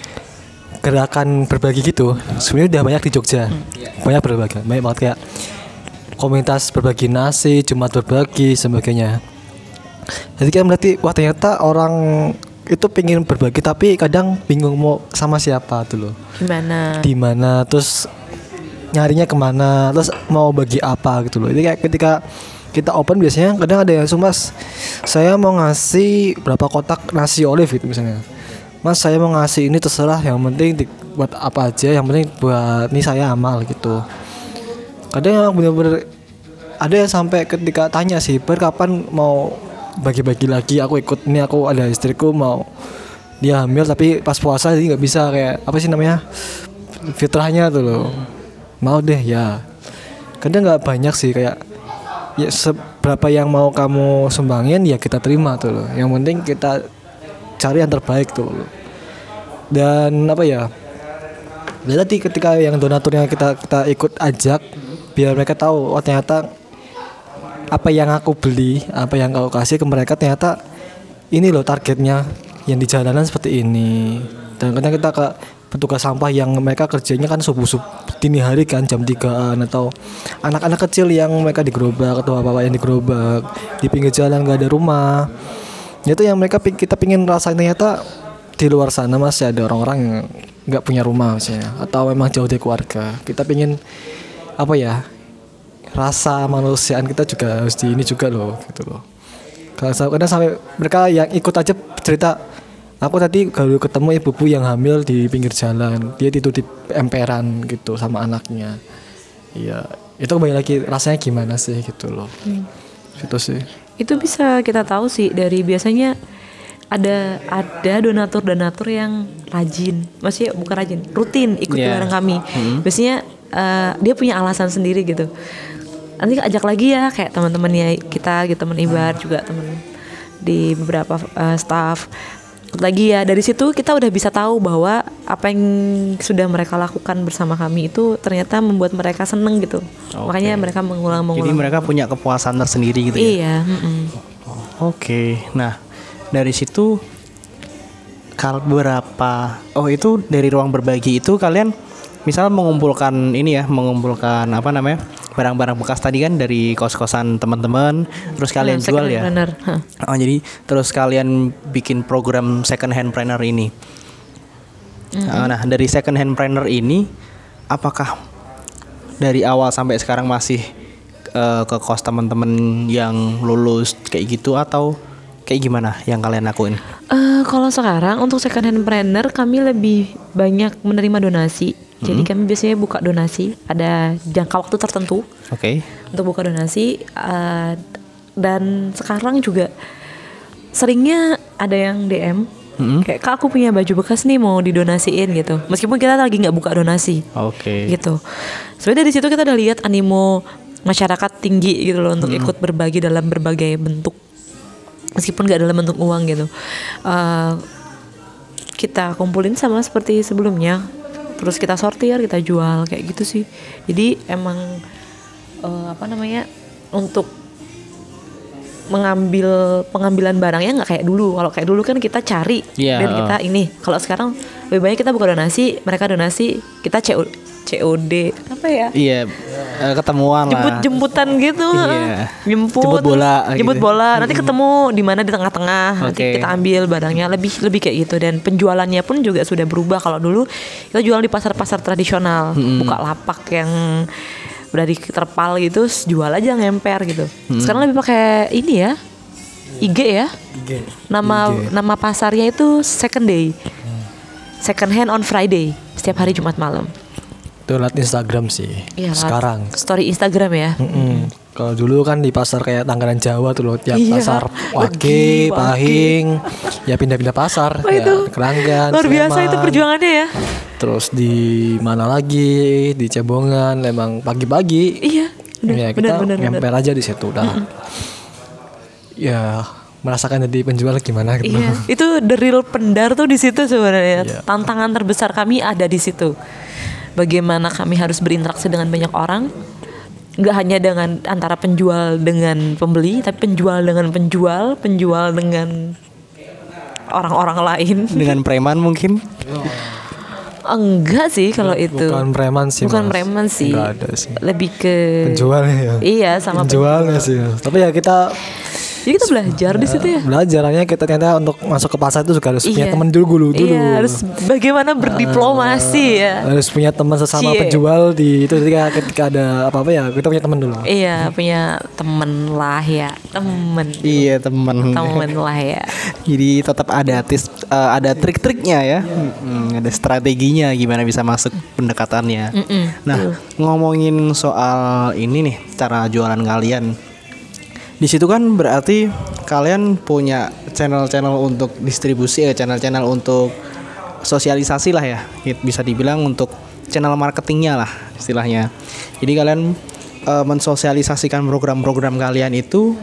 gerakan berbagi gitu sebenarnya udah banyak di Jogja. Banyak banget kayak komunitas berbagi nasi, Jumat berbagi, sebagainya. Jadi kan berarti wah ternyata orang itu pengen berbagi tapi kadang bingung mau sama siapa tuh loh. Di mana, terus nyarinya kemana, terus mau bagi apa gitu loh. Jadi kayak ketika kita open biasanya kadang ada yang Mas, saya mau ngasih berapa kotak nasi olive gitu misalnya. Mas saya mau ngasih ini terserah, yang penting buat apa aja, yang penting buat ini saya amal gitu. Kadang yang bener-bener ada yang sampai ketika tanya sih, kapan mau bagi-bagi lagi, aku ikut ini, aku ada istriku mau dia hamil tapi pas puasa jadi nggak bisa, kayak apa sih namanya, fitrahnya tuh loh. Mau deh ya. Kadang nggak banyak sih, kayak ya seberapa yang mau kamu sumbangin ya kita terima tuh loh. Yang penting kita cari yang terbaik tuh loh. Dan apa ya, berarti ketika yang donaturnya kita ikut ajak, biar mereka tahu oh ternyata apa yang aku beli, apa yang kau kasih ke mereka ternyata ini loh targetnya yang di jalanan seperti ini. Dan kadang kita ke petugas sampah yang mereka kerjanya kan subuh dini hari kan jam 3-an, atau anak-anak kecil yang mereka digerobak atau apa-apa yang digerobak di pinggir jalan gak ada rumah. Itu yang kita pingin rasain, ternyata di luar sana masih ada orang-orang yang nggak punya rumah misalnya, atau memang jauh dari keluarga. Kita pingin apa ya, rasa manusiaan kita juga harus di ini juga loh gitu loh. Kadang sampai mereka yang ikut aja cerita, aku tadi baru ketemu ibu-ibu yang hamil di pinggir jalan, dia tidur di emperan gitu sama anaknya. Iya, itu kembali lagi rasanya gimana sih gitu loh. Gitu sih. Itu bisa kita tahu sih dari biasanya ada donatur yang rajin, maksudnya bukan rajin, rutin ikut Yeah. bareng kami. Biasanya dia punya alasan sendiri gitu. Nanti ajak lagi ya kayak teman-temannya kita, gitu, teman Ibar juga teman di beberapa staff. Lagi ya, dari situ kita udah bisa tahu bahwa apa yang sudah mereka lakukan bersama kami itu ternyata membuat mereka seneng gitu. Oke. Makanya mereka mengulang-mengulang. Jadi mereka punya kepuasan tersendiri gitu ya. Iya. Oke. Nah, dari situ berapa? Oh, itu dari ruang berbagi itu kalian misal mengumpulkan ini ya, mengumpulkan apa namanya? Barang-barang bekas tadi kan dari kos-kosan teman-teman, terus kalian jual ya. Oh, jadi terus kalian bikin program second hand planner ini. Nah, dari second hand planner ini apakah dari awal sampai sekarang masih ke kos teman-teman yang lulus kayak gitu atau kayak gimana yang kalian lakuin? Kalau sekarang untuk second hand planner kami lebih banyak menerima donasi. Jadi kami biasanya buka donasi, ada jangka waktu tertentu. Oke. Untuk buka donasi, dan sekarang juga seringnya ada yang DM kayak, "Kak, aku punya baju bekas nih mau didonasiin," gitu. Meskipun kita lagi nggak buka donasi. Oke. Gitu. Sebenarnya dari situ kita udah lihat animo masyarakat tinggi gitu loh untuk ikut berbagi dalam berbagai bentuk. Meskipun nggak dalam bentuk uang gitu. Kita kumpulin sama seperti sebelumnya. Terus kita sortir, kita jual kayak gitu sih. Jadi emang untuk pengambilan barangnya nggak kayak dulu. Kalau kayak dulu kan kita cari dan kita ini. Kalau sekarang lebih banyak kita buka donasi, mereka donasi, kita COD apa ya? Iya, ketemuan lah. Jemputan gitu. Iya. Jemput bola. Nanti ketemu di mana di tengah-tengah. Nanti kita ambil barangnya lebih kayak gitu, dan penjualannya pun juga sudah berubah. Kalau dulu kita jual di pasar-pasar tradisional, buka lapak yang udah di terpal gitu, jual aja ngemper gitu. Sekarang lebih pakai ini ya. IG ya. Nama pasarnya itu Second Day. Second Hand on Friday, setiap hari Jumat malam. Itu liat Instagram sih. Iya, sekarang story Instagram ya. Kalau dulu kan di pasar kayak Tanggerang Jawa tuh loh, tiap Iya, pasar Wage, Wage, Pahing, ya pindah-pindah pasar. Oh, ya, itu Keranggan, luar biasa Sleman. itu perjuangannya ya. Terus di mana lagi? Di Cebongan, emang pagi-pagi. Iya, Ya kita ngemper aja di situ udah. Ya merasakan jadi penjual gimana gitu. Iya, itu the real pendar tuh di situ sebenarnya. Iya. Tantangan terbesar kami ada di situ. Bagaimana kami harus berinteraksi dengan banyak orang, nggak hanya dengan antara penjual dengan pembeli, tapi penjual dengan penjual dengan orang-orang lain. Dengan preman mungkin? Enggak sih kalau itu. Bukan preman sih. Bukan Mas. preman sih. Nggak ada sih. Lebih ke Penjualnya ya. Iya, sama Penjualnya sih. Tapi ya kita Jadi kita belajar di situ ya. belajarannya kita ternyata untuk masuk ke pasar itu juga harus punya Iya. teman dulu. Iya, harus bagaimana berdiplomasi ya. Harus punya teman sesama Cie. penjual di itu ketika ada apa-apa ya kita punya teman dulu. Iya, punya temen lah ya, temen lah ya. Jadi tetap ada trik-triknya ya. Ada strateginya gimana bisa masuk pendekatannya. Nah, ngomongin soal ini nih, cara jualan kalian. Di situ kan berarti kalian punya channel-channel untuk distribusi, channel-channel untuk sosialisasi lah ya. Bisa dibilang untuk channel marketingnya lah istilahnya. Jadi kalian mensosialisasikan program-program kalian itu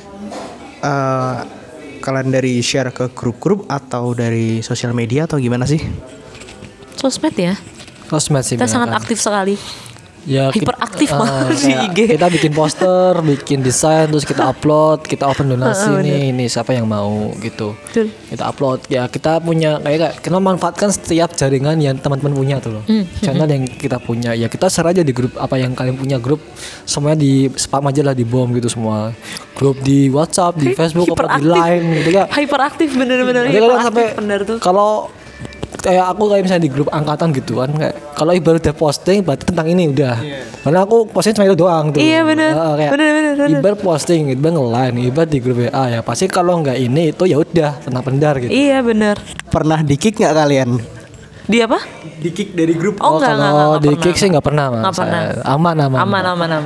kalian dari share ke grup-grup atau dari sosial media atau gimana sih? Sosmed ya. Sosmed sih. Kita sangat bener kan. aktif sekali. Ya, Hiperaktif malah di IG. Kita bikin poster, bikin desain, terus kita upload, kita open donasi nih, ini siapa yang mau gitu. Betul. Kita upload. Ya kita punya kayak kita manfaatkan setiap jaringan yang teman-teman punya tuh loh. Channel yang kita punya. Ya kita share aja di grup apa yang kalian punya, grup semuanya di spam aja lah, di bom gitu semua. Grup di WhatsApp, di Facebook, apa di Line gitu ya. Hyperaktif bener-bener. Jadi kadang sampai bener tuh. kalau kayak aku kayak misalnya di grup angkatan gitu kan, kayak kalau ibarat udah posting berarti tentang ini udah. Karena aku posting cuma itu doang tuh. Iya benar. Kayak Benar. ibarat posting, ibarat nge-line, ibarat di grup WA ya pasti kalau nggak ini itu ya udah tentang pendar gitu. Iya benar. Pernah di-kick nggak kalian? Di apa? Di-kick dari grup? Oh enggak Kalau di pernah. kick sih nggak pernah mas. Nggak pernah. Aman. Aman.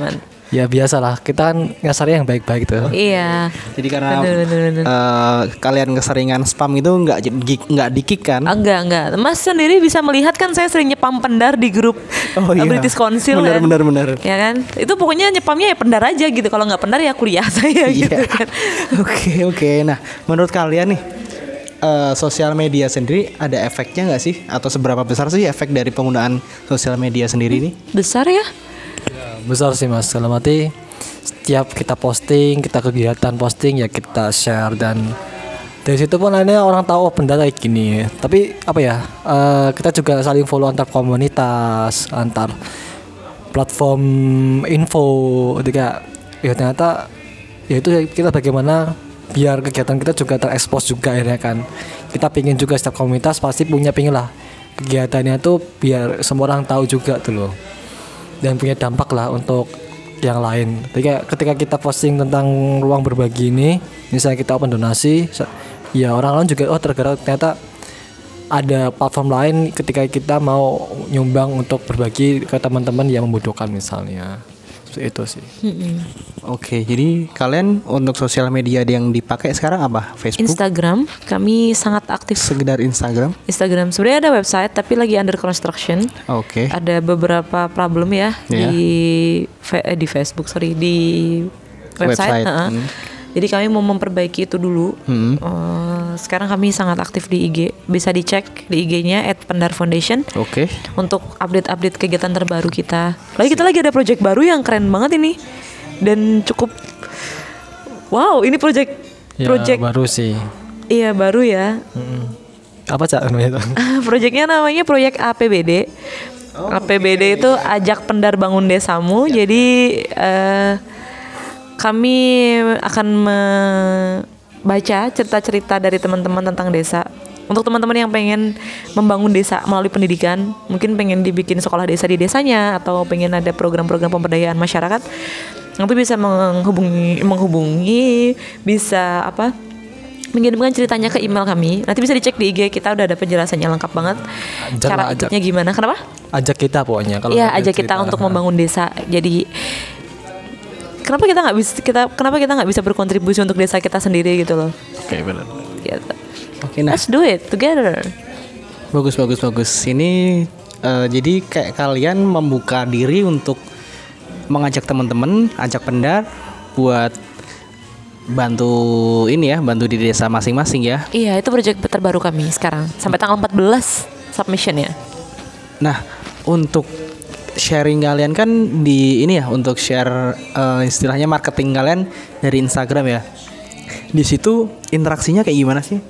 Ya biasalah, kita kan nyasarnya yang baik-baik tuh. Iya. Jadi karena Bener. kalian keseringan spam itu nggak di-kick kan? Enggak. Mas sendiri bisa melihat kan saya sering nyepam pendar di grup Oh, iya. British Council kan. Bener. Ya kan? Itu pokoknya nyepamnya ya pendar aja gitu. Kalau nggak pendar ya kuliah saya gitu Iya. kan. Oke. Nah, menurut kalian nih sosial media sendiri ada efeknya nggak sih? Atau seberapa besar sih efek dari penggunaan sosial media sendiri nih? Besar ya? Besar sih mas, dalam arti setiap kita posting, kita kegiatan posting ya kita share, dan dari situ pun akhirnya orang tahu oh benda kayak gini. Tapi apa ya, kita juga saling follow antar komunitas, antar platform info. Ketika ya ternyata ya itu kita bagaimana biar kegiatan kita juga terekspos juga akhirnya kan. Kita pingin juga setiap komunitas pasti pingin lah kegiatannya tuh biar semua orang tahu juga tuh loh, dan punya dampak lah untuk yang lain. Ketika kita posting tentang ruang berbagi ini, misalnya kita open donasi, ya orang-orang juga oh tergerak ternyata ada platform lain ketika kita mau nyumbang untuk berbagi ke teman-teman yang membutuhkan misalnya. Itu sih. Oke, jadi kalian untuk sosial media yang dipakai sekarang apa? Facebook? Instagram, kami sangat aktif. Sekedar Instagram? Instagram sebenarnya ada website tapi lagi under construction. Oke. Ada beberapa problem ya Iya. di Facebook, di website. Jadi kami mau memperbaiki itu dulu. Sekarang kami sangat aktif di IG. Bisa dicek di IG-nya @pendarfoundation. Oke. Untuk update kegiatan terbaru kita. Kita lagi ada project baru yang keren banget ini. Dan cukup wow, ini project Baru sih. Iya, baru ya. Apa cak namanya? Proyeknya namanya proyek APBD. APBD itu ajak pendar bangun desamu. Jadi kami akan membaca cerita-cerita dari teman-teman tentang desa. Untuk teman-teman yang pengen membangun desa melalui pendidikan, mungkin pengen dibikin sekolah desa di desanya, atau pengen ada program-program pemberdayaan masyarakat, nanti bisa menghubungi, bisa mengirimkan ceritanya ke email kami. Nanti bisa dicek di IG, kita udah ada penjelasannya lengkap banget. Cara ikutnya gimana? Kenapa? Ajak kita pokoknya. Iya, ajak kita untuk membangun desa. Jadi kenapa kita nggak bisa berkontribusi untuk desa kita sendiri gitu loh? Oke, benar. Gitu. Oke, nah. Let's do it together. Bagus. Ini jadi kayak kalian membuka diri untuk mengajak teman-teman, ajak pendar buat bantu di desa masing-masing ya. Iya, itu proyek terbaru kami sekarang. Sampai tanggal 14 submissionnya. Nah, untuk sharing kalian kan untuk share istilahnya marketing kalian dari Instagram ya. Di situ interaksinya kayak gimana sih?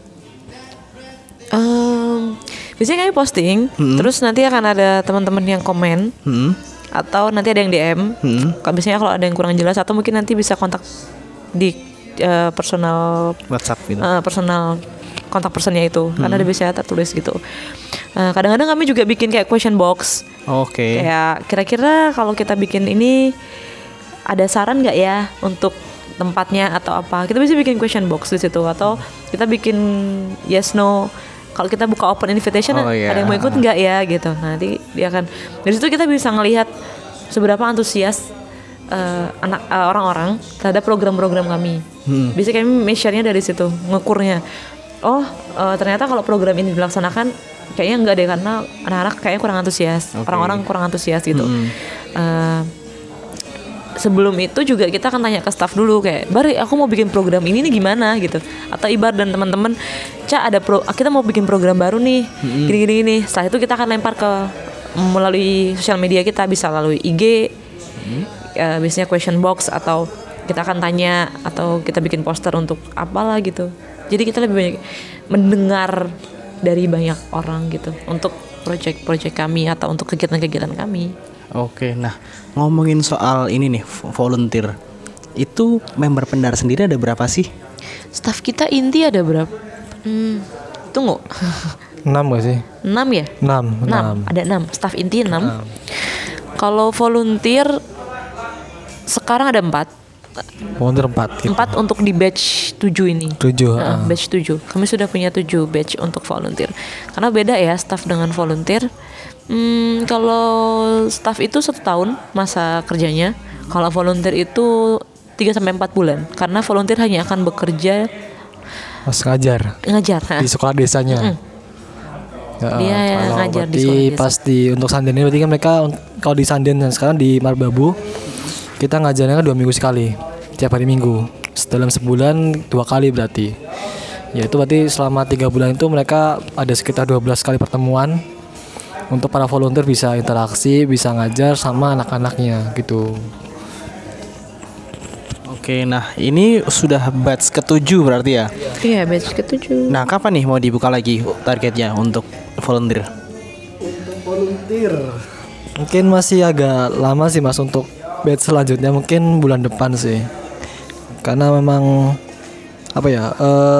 Biasanya kami posting, terus nanti akan ada teman-teman yang komen, atau nanti ada yang DM. Biasanya kalau ada yang kurang jelas, atau mungkin nanti bisa kontak di personal WhatsApp gitu. Personal kontak personnya itu, karena ada biasanya tertulis gitu. Kadang-kadang kami juga bikin kayak question box. Oke. Kayak kira-kira kalau kita bikin ini ada saran nggak ya untuk tempatnya atau apa? Kita bisa bikin question box di situ, atau kita bikin yes no. Kalau kita buka open invitation, ada yang mau ikut nggak ya gitu. Nanti dia akan dari situ kita bisa ngelihat seberapa antusias orang-orang terhadap program-program kami. Bisa kami measure-nya dari situ, ngukurnya. Ternyata kalau program ini dilaksanakan kayaknya enggak deh, karena anak-anak kayaknya kurang antusias, orang-orang kurang antusias gitu. Sebelum itu juga kita akan tanya ke staff dulu kayak, Bari aku mau bikin program ini nih gimana gitu, atau Ibar dan teman-teman, kita mau bikin program baru nih, gini. Setelah itu kita akan lempar melalui sosial media kita, bisa melalui IG, biasanya question box, atau kita akan tanya, atau kita bikin poster untuk apalah gitu. Jadi kita lebih banyak mendengar dari banyak orang gitu untuk proyek-proyek kami atau untuk kegiatan-kegiatan kami. Oke, nah ngomongin soal ini nih, volunteer. Itu member pendar sendiri ada berapa sih? Staff kita inti ada berapa? Tunggu. 6 gak sih? 6 ya? 6. Ada 6. Staff inti 6. Kalau volunteer sekarang ada 4. Volunteer 4 gitu. 4 untuk di batch 7 ini. 7. Batch 7. Kami sudah punya 7 batch untuk volunteer. Karena beda ya staff dengan volunteer. Kalau staff itu 1 tahun masa kerjanya. Kalau volunteer itu 3 sampai 4 bulan. Karena volunteer hanya akan bekerja Mas ngajar ngajar. di sekolah desanya. Ya, Dia kalau ngajar di berarti sekolah desa. pasti untuk Sanden ini berarti kan mereka kalau di Sanden dan sekarang di Marbabu kita ngajarnya kan 2 minggu sekali, tiap hari Minggu. Dalam sebulan 2 kali berarti. Ya itu berarti selama 3 bulan itu mereka ada sekitar 12 kali pertemuan untuk para volunteer bisa interaksi, bisa ngajar sama anak-anaknya gitu. Oke, nah ini sudah batch ke-7 berarti ya. Iya, batch ke-7. Nah, kapan nih mau dibuka lagi targetnya untuk volunteer? Volunteer mungkin masih agak lama sih Mas untuk batch selanjutnya, mungkin bulan depan sih. Karena memang apa ya,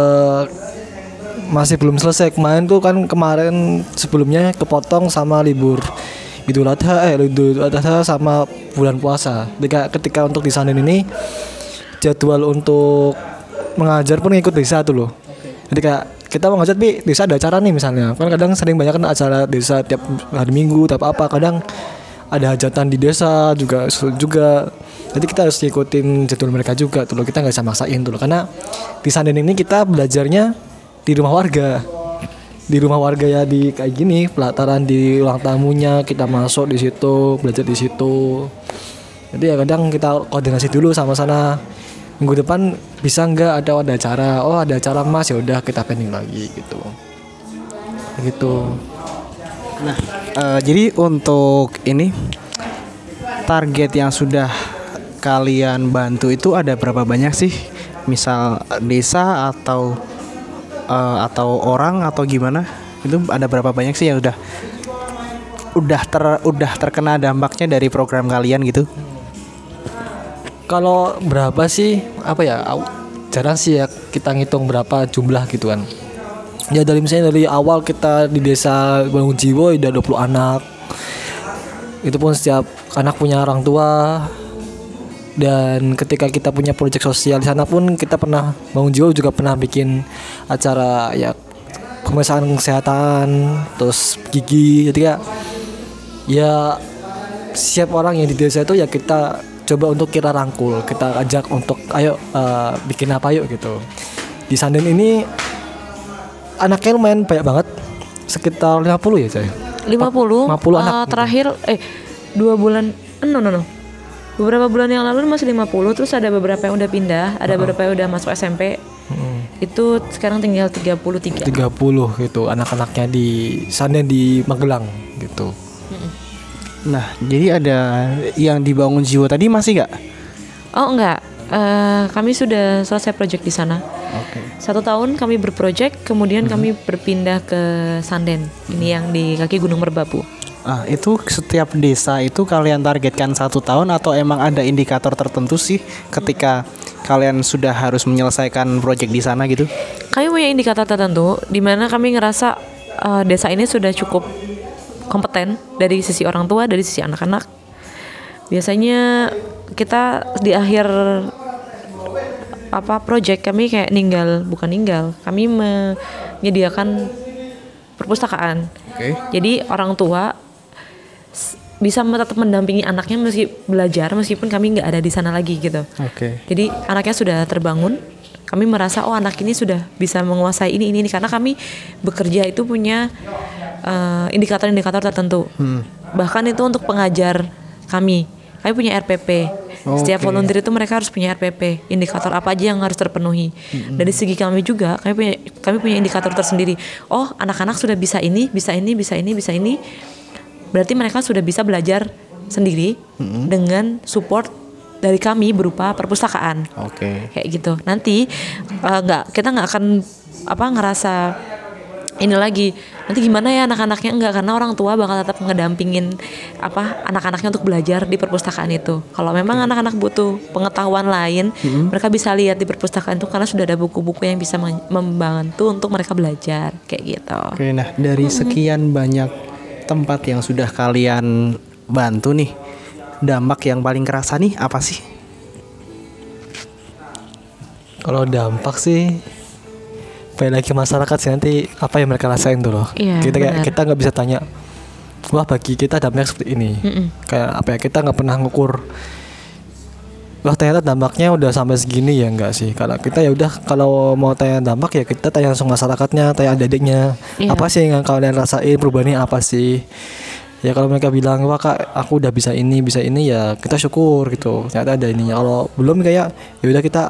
masih belum selesai. Kemarin sebelumnya kepotong sama libur Idul Adha sama bulan puasa. Ketika untuk di Sanden ini jadwal untuk mengajar pun ngikut desa tuh loh. Jadi kayak kita mau ngajar tapi desa ada acara nih misalnya. Kan kadang sering banyak kan acara desa tiap hari Minggu, tiap apa. Kadang ada hajatan di desa juga. Jadi kita harus ngikutin jadwal mereka juga tuh loh. Kita nggak bisa maksain tuh loh. Karena di Sanden ini kita belajarnya di rumah warga. Di rumah warga ya, di kayak gini pelataran, di ruang tamunya kita masuk di situ, belajar di situ. Jadi ya kadang kita koordinasi dulu sama sana. Minggu depan bisa nggak ada acara? Oh ada acara Mas, ya udah kita pending lagi gitu. Gitu. Nah, jadi untuk ini target yang sudah kalian bantu itu ada berapa banyak sih? Misal desa atau orang atau gimana? Itu ada berapa banyak sih yang udah terkena dampaknya dari program kalian gitu? Kalau berapa sih, apa ya, jarang sih ya kita ngitung berapa jumlah gitu kan. Ya misalnya dari awal kita di desa Bangun Jiwo udah 20 anak. Itu pun setiap anak punya orang tua. Dan ketika kita punya proyek sosial di sana pun kita pernah, Bangun Jiwo juga pernah bikin acara ya pemeriksaan kesehatan, terus gigi. Jadi ya setiap orang yang di desa itu ya kita coba untuk kita rangkul, kita ajak untuk ayo bikin apa yuk gitu. Di Sanden ini anaknya lumayan banyak banget, sekitar 50 ya coy. 50 anak. Terakhir 2 bulan no. Beberapa bulan yang lalu masih 50, terus ada beberapa yang udah pindah, ada beberapa yang udah masuk SMP. Itu sekarang tinggal 33 gitu anak-anaknya di Sanden di Magelang gitu. Nah, jadi ada yang dibangun jiwa tadi masih nggak? Oh enggak, kami sudah selesai proyek di sana. Oke. 1 tahun kami berproyek, kemudian kami berpindah ke Sanden. Ini yang di kaki Gunung Merbabu. Ah, itu setiap desa itu kalian targetkan 1 tahun atau emang ada indikator tertentu sih ketika kalian sudah harus menyelesaikan proyek di sana gitu? Kami punya indikator tertentu di mana kami ngerasa desa ini sudah cukup kompeten dari sisi orang tua, dari sisi anak-anak. Biasanya kita di akhir project kami kayak kami menyediakan perpustakaan. Oke. Jadi orang tua bisa tetap mendampingi anaknya meskipun kami nggak ada di sana lagi gitu. Oke. Jadi anaknya sudah terbangun. Kami merasa anak ini sudah bisa menguasai ini karena kami bekerja itu punya indikator-indikator tertentu. Bahkan itu untuk pengajar kami punya RPP. Setiap volunteer itu mereka harus punya RPP, indikator apa aja yang harus terpenuhi. Dari segi kami juga kami punya indikator tersendiri. Oh, anak-anak sudah bisa ini. Berarti mereka sudah bisa belajar sendiri dengan support dari kami berupa perpustakaan. Oke. Kayak gitu. Nanti kita nggak akan ngerasa ini lagi. Nanti gimana ya anak-anaknya, enggak, karena orang tua bakal tetap ngedampingin anak-anaknya untuk belajar di perpustakaan itu. Kalau memang anak-anak butuh pengetahuan lain, mereka bisa lihat di perpustakaan itu karena sudah ada buku-buku yang bisa membantu untuk mereka belajar kayak gitu. Oke, nah dari sekian banyak tempat yang sudah kalian bantu nih, dampak yang paling kerasa nih apa sih? Kalau dampak sih balik lagi ke masyarakat sih, nanti apa yang mereka rasain tuh loh. Iya, kita nggak bisa tanya, wah bagi kita dampaknya seperti ini. Kayak apa ya, kita nggak pernah ngukur wah ternyata dampaknya udah sampai segini ya, enggak sih. Kalau kita ya udah, kalau mau tanya dampak ya kita tanya langsung masyarakatnya, tanya adik-adiknya. Iya. Apa sih yang kalian rasain, perubahannya apa sih? Ya kalau mereka bilang, wah kak aku udah bisa ini ya kita syukur gitu, ternyata ada ininya. Kalau belum kayak ya udah kita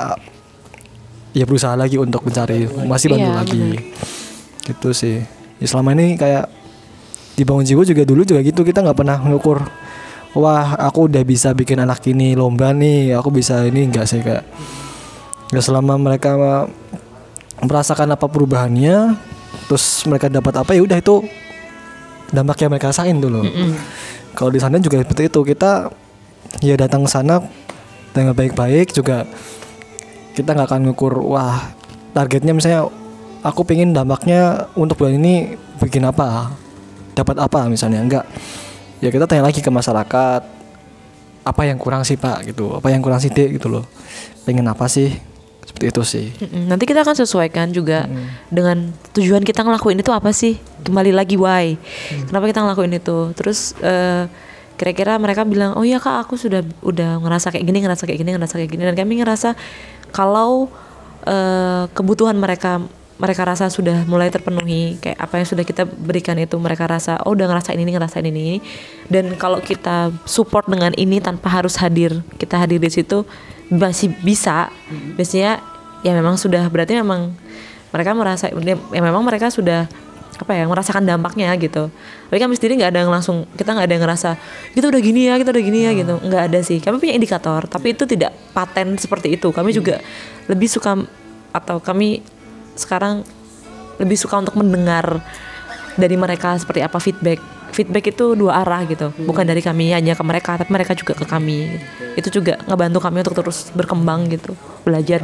ya berusaha lagi untuk mencari, masih bantu Iya, lagi gitu sih. Ya selama ini kayak di Bangun Jiwo juga dulu juga gitu, kita nggak pernah ngukur, wah aku udah bisa bikin anak ini lomba nih, aku bisa ini, enggak sih. Kayak ya selama mereka merasakan apa perubahannya, terus mereka dapat apa, ya udah itu dampak yang mereka rasain dulu. Kalau di sana juga seperti itu, kita ya datang ke sana dengan baik-baik juga, kita nggak akan ngukur wah targetnya misalnya aku pengen dampaknya untuk bulan ini bikin apa, dapat apa misalnya, enggak. Ya kita tanya lagi ke masyarakat, apa yang kurang sih pak gitu, apa yang kurang sih dek gitu loh, pengen apa sih, seperti itu sih. Nanti kita akan sesuaikan juga dengan tujuan kita ngelakuin itu apa sih, kembali lagi why, kenapa kita ngelakuin itu. Terus kira-kira mereka bilang, oh iya kak aku udah ngerasa kayak gini, dan kami ngerasa kalau kebutuhan mereka rasa sudah mulai terpenuhi, kayak apa yang sudah kita berikan itu mereka rasa oh udah ngerasain ini, dan kalau kita support dengan ini tanpa harus kita hadir di situ masih bisa. Biasanya ya memang sudah, berarti memang mereka merasa ya memang mereka sudah merasakan dampaknya gitu. Tapi kami sendiri nggak ada yang langsung, kita nggak ada yang ngerasa kita udah gini ya gitu, nggak ada sih. Kami punya indikator tapi itu tidak paten seperti itu. Kami juga lebih suka, atau kami sekarang lebih suka untuk mendengar dari mereka seperti apa feedback itu dua arah gitu, bukan dari kami hanya ke mereka tapi mereka juga ke kami. Itu juga ngebantu kami untuk terus berkembang gitu, belajar.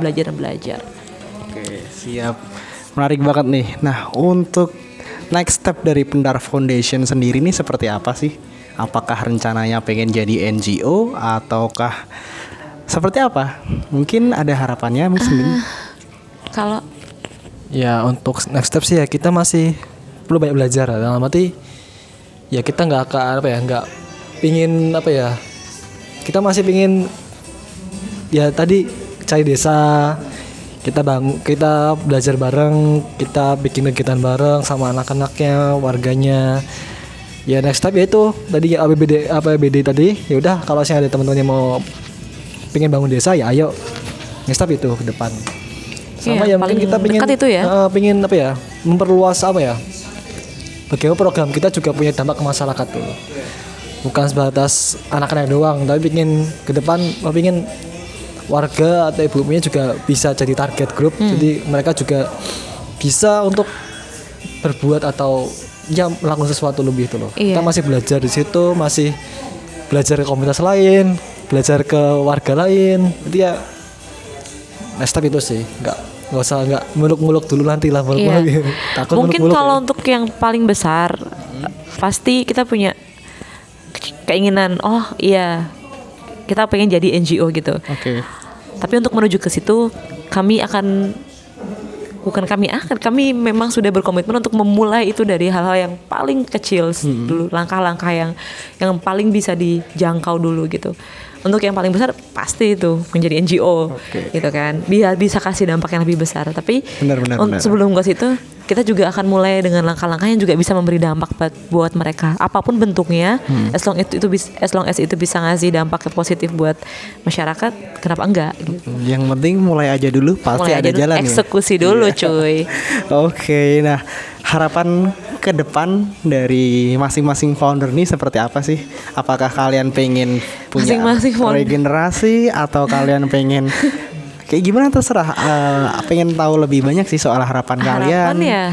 Oke, siap, menarik banget nih. Nah, untuk next step dari Pendar Foundation sendiri nih seperti apa sih? Apakah rencananya pengen jadi NGO ataukah seperti apa? Mungkin ada harapannya mungkin. Kalau Ya untuk next step sih ya kita masih perlu banyak belajar. Dalam arti ya kita nggak akan nggak pingin kita masih pingin ya tadi cari desa, kita belajar bareng, kita bikin kegiatan bareng sama anak-anaknya, warganya. Ya next step ya itu tadi ya APBD tadi. Ya udah kalau ada teman-teman yang mau pingin bangun desa ya ayo next step itu ke depan. Sama iya, ya mungkin kita pengen memperluas bagaimana program kita juga punya dampak ke masyarakat tuh, bukan sebatas anak-anak doang, tapi pengen ke depan pengen warga atau ibu-ibunya juga bisa jadi target grup. Jadi mereka juga bisa untuk berbuat atau ya melakukan sesuatu lebih itu loh. Iya. Kita masih belajar di situ, masih belajar ke komunitas lain, belajar ke warga lain. Jadi ya next step itu sih, nggak usah muluk-muluk dulu, nanti lah muluk-muluk. Iya. Takut mungkin muluk-muluk kalau ya. untuk yang paling besar pasti kita punya keinginan, oh iya kita pengen jadi NGO gitu. Oke. Tapi untuk menuju ke situ kami memang sudah berkomitmen untuk memulai itu dari hal-hal yang paling kecil dulu, langkah-langkah yang paling bisa dijangkau dulu gitu. Untuk yang paling besar pasti itu menjadi NGO, gitu kan. Bisa kasih dampak yang lebih besar. Tapi Benar. sebelum ke situ kita juga akan mulai dengan langkah-langkah yang juga bisa memberi dampak buat mereka, apapun bentuknya. As long as itu bisa ngasih dampak yang positif buat masyarakat, kenapa enggak gitu. Yang penting mulai aja dulu, pasti Mulai ada aja dulu, jalan eksekusi dulu cuy. Oke, nah harapan ke depan dari masing-masing founder nih seperti apa sih? Apakah kalian pengen punya Masing-masing founder. regenerasi atau kalian pengen kayak gimana, terserah. Pengen tahu lebih banyak sih soal harapan kalian. Harapan ya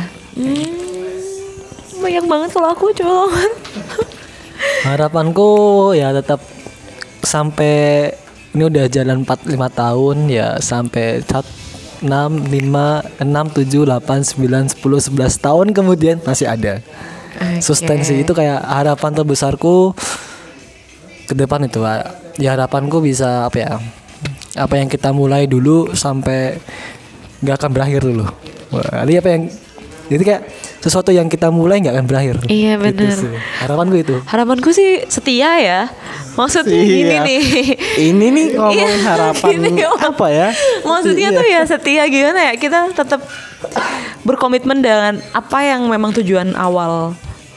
banyak banget kalau aku coba. Harapanku ya tetap sampai ini udah jalan 4-5 tahun ya, sampai 6, 5, 6, 7, 8, 9, 10, 11 tahun kemudian masih ada. Sustensi itu kayak harapan terbesarku ke depan itu. Ya harapanku bisa apa yang kita mulai dulu sampai nggak akan berakhir dulu. Jadi jadi kayak sesuatu yang kita mulai nggak akan berakhir. Iya, benar. Gitu sih. Harapanku itu. Harapanku sih setia ya. Maksudnya gini Iya. nih. Ini nih ngomong Iya, harapan gini, Om. apa ya? Maksudnya Iya. tuh ya setia gimana ya? Kita tetap berkomitmen dengan apa yang memang tujuan awal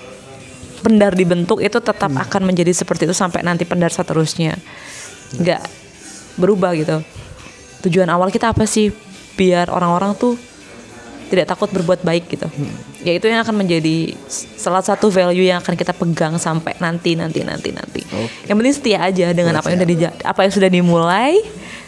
Pendar dibentuk itu tetap akan menjadi seperti itu sampai nanti Pendar seterusnya. Nggak berubah gitu. Tujuan awal kita apa sih? Biar orang-orang tuh tidak takut berbuat baik gitu. Ya itu yang akan menjadi salah satu value yang akan kita pegang sampai nanti. Yang penting setia aja dengan apa yang sudah dimulai,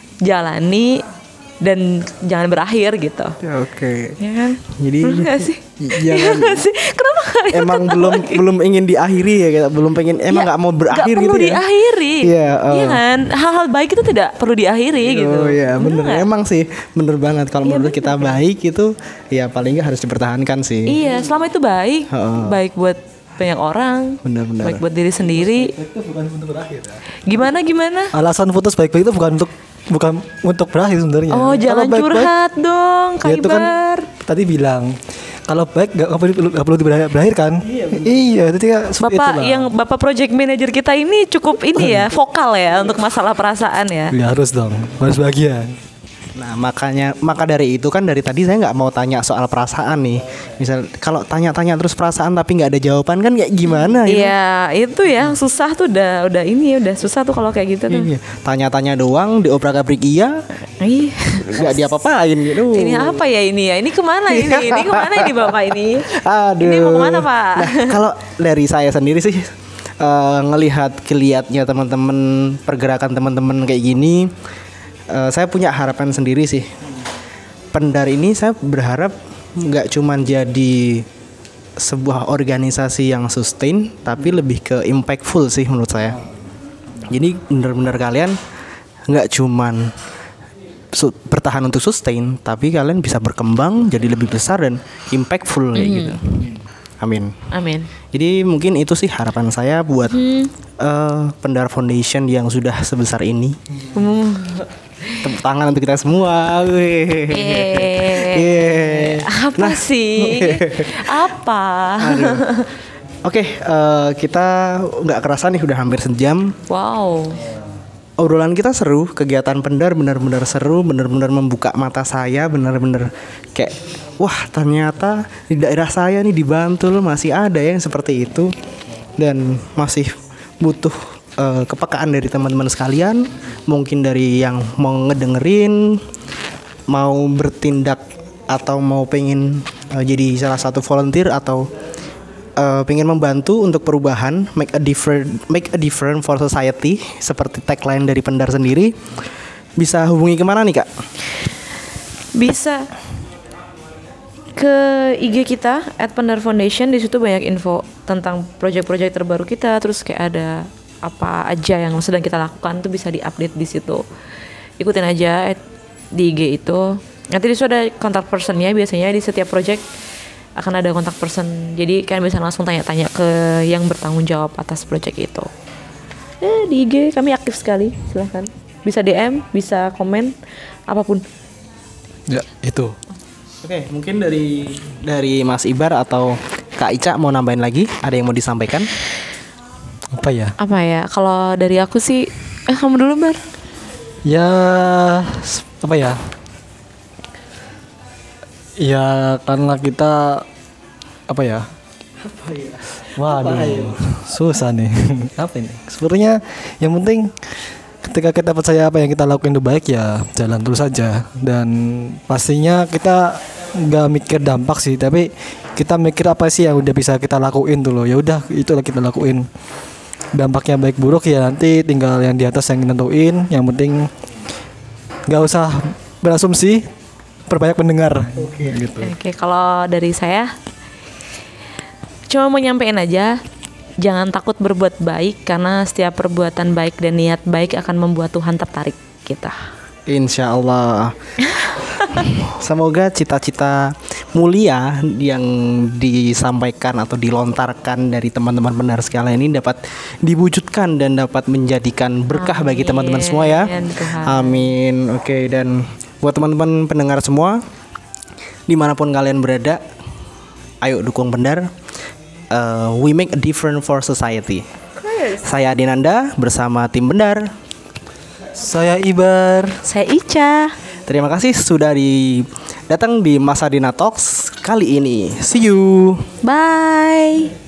jalani dan jangan berakhir gitu. Ya, oke. Ya kan? Jadi Bener nggak sih? jangan- Iya nggak sih? Kenapa nggak Emang ditekan belum lagi? belum ingin diakhiri ya, kita belum pengen emang nggak mau berakhir Nggak gitu perlu ya. diakhiri. Iya, Iya kan? Hal-hal baik itu tidak perlu diakhiri gitu. Oh iya bener, nggak? emang sih bener banget kalau Iya, menurut kita baik itu ya paling nggak harus dipertahankan sih. Iya, selama itu baik, Heeh. baik buat banyak orang, Benar-benar. baik buat diri sendiri. Itu bukan untuk berakhir ya. Gimana? Alasan putus baik-baik itu bukan untuk berakhir sebenarnya. Oh, Kalau jangan baik-baik, curhat dong, Kak ya itu kan Ibar. tadi bilang kalau baik nggak perlu berakhir kan? Iya, itu ya seperti Bapak itulah. yang Bapak project manager kita ini cukup ini ya, vokal ya untuk masalah perasaan ya. Ya harus dong, harus bahagia. Nah maka dari itu kan dari tadi saya nggak mau tanya soal perasaan nih. Misal kalau tanya-tanya terus perasaan tapi nggak ada jawaban kan kayak gimana gitu. Iya, itu ya susah tuh udah ini udah susah tuh kalau kayak gitu tuh. Iya. Tanya-tanya doang diobrak-abrik iya, Ih, nggak diapa-apain gitu. ini apa ya ini ya? Ini kemana ini? Ini kemana ini Bapak ini? Aduh. Ini mau kemana Pak? Nah, kalau dari saya sendiri sih ngelihat kelihatnya teman-teman, pergerakan teman-teman kayak gini, saya punya harapan sendiri sih. Pendar ini saya berharap nggak cuman jadi sebuah organisasi yang sustain, tapi lebih ke impactful sih menurut saya. Jadi benar-benar kalian nggak cuman bertahan untuk sustain, tapi kalian bisa berkembang jadi lebih besar dan impactful kayak gitu. Amin. Amin. Jadi mungkin itu sih harapan saya buat Pendar Foundation yang sudah sebesar ini. Tepuk tangan untuk kita semua. Wih. Yeay. Apa sih? Apa? Aduh. Oke, kita nggak kerasa nih udah hampir sejam. Wow. Obrolan kita seru, kegiatan Pendar benar-benar seru, benar-benar membuka mata saya, benar-benar kayak wah ternyata di daerah saya nih di Bantul masih ada yang seperti itu dan masih butuh kepekaan dari teman-teman sekalian, mungkin dari yang mau ngedengerin, mau bertindak atau mau pengen jadi salah satu volunteer atau pengen membantu untuk perubahan, make a different for society seperti tagline dari Pendar sendiri, bisa hubungi kemana nih Kak? Bisa ke IG kita @pendarfoundation, di situ banyak info tentang proyek-proyek terbaru kita, terus kayak ada apa aja yang sedang kita lakukan tuh bisa diupdate di situ. Ikutin aja di IG itu. Nanti di situ ada kontak personnya, biasanya di setiap proyek akan ada kontak person. Jadi kalian bisa langsung tanya-tanya ke yang bertanggung jawab atas proyek itu. Di IG kami aktif sekali, silahkan. Bisa DM, bisa komen, apapun. Ya, itu. Oke, mungkin dari Mas Ibar atau Kak Ica mau nambahin lagi? Ada yang mau disampaikan? Apa ya? Apa ya? Kalau dari aku sih, kamu dulu Bar. Ya, apa ya? Ya karena kita apa ya? Waduh, susah nih. Apa ini? Sebenarnya yang penting ketika kita percaya apa yang kita lakukan itu baik ya jalan terus saja, dan pastinya kita nggak mikir dampak sih, tapi kita mikir apa sih yang udah bisa kita lakuin tuh loh. Ya udah itulah kita lakuin. Dampaknya baik buruk ya nanti tinggal yang di atas yang nentuin. Yang penting nggak usah berasumsi, perbanyak mendengar. Gitu. Oke, kalau dari saya cuma mau nyampein aja, jangan takut berbuat baik karena setiap perbuatan baik dan niat baik akan membuat Tuhan tertarik kita. Insya Allah. Semoga cita-cita mulia yang disampaikan atau dilontarkan dari teman-teman Pendar sekalian ini dapat diwujudkan dan dapat menjadikan berkah bagi teman-teman semua ya. Tuhan. Amin. Oke, dan buat teman-teman pendengar semua dimanapun kalian berada, Ayo dukung Pendar. We make a difference for society. Saya Adinanda bersama tim Pendar. Saya Ibar. Saya Ica. Terima kasih sudah datang di Masa Dina Talks kali ini. See you. Bye.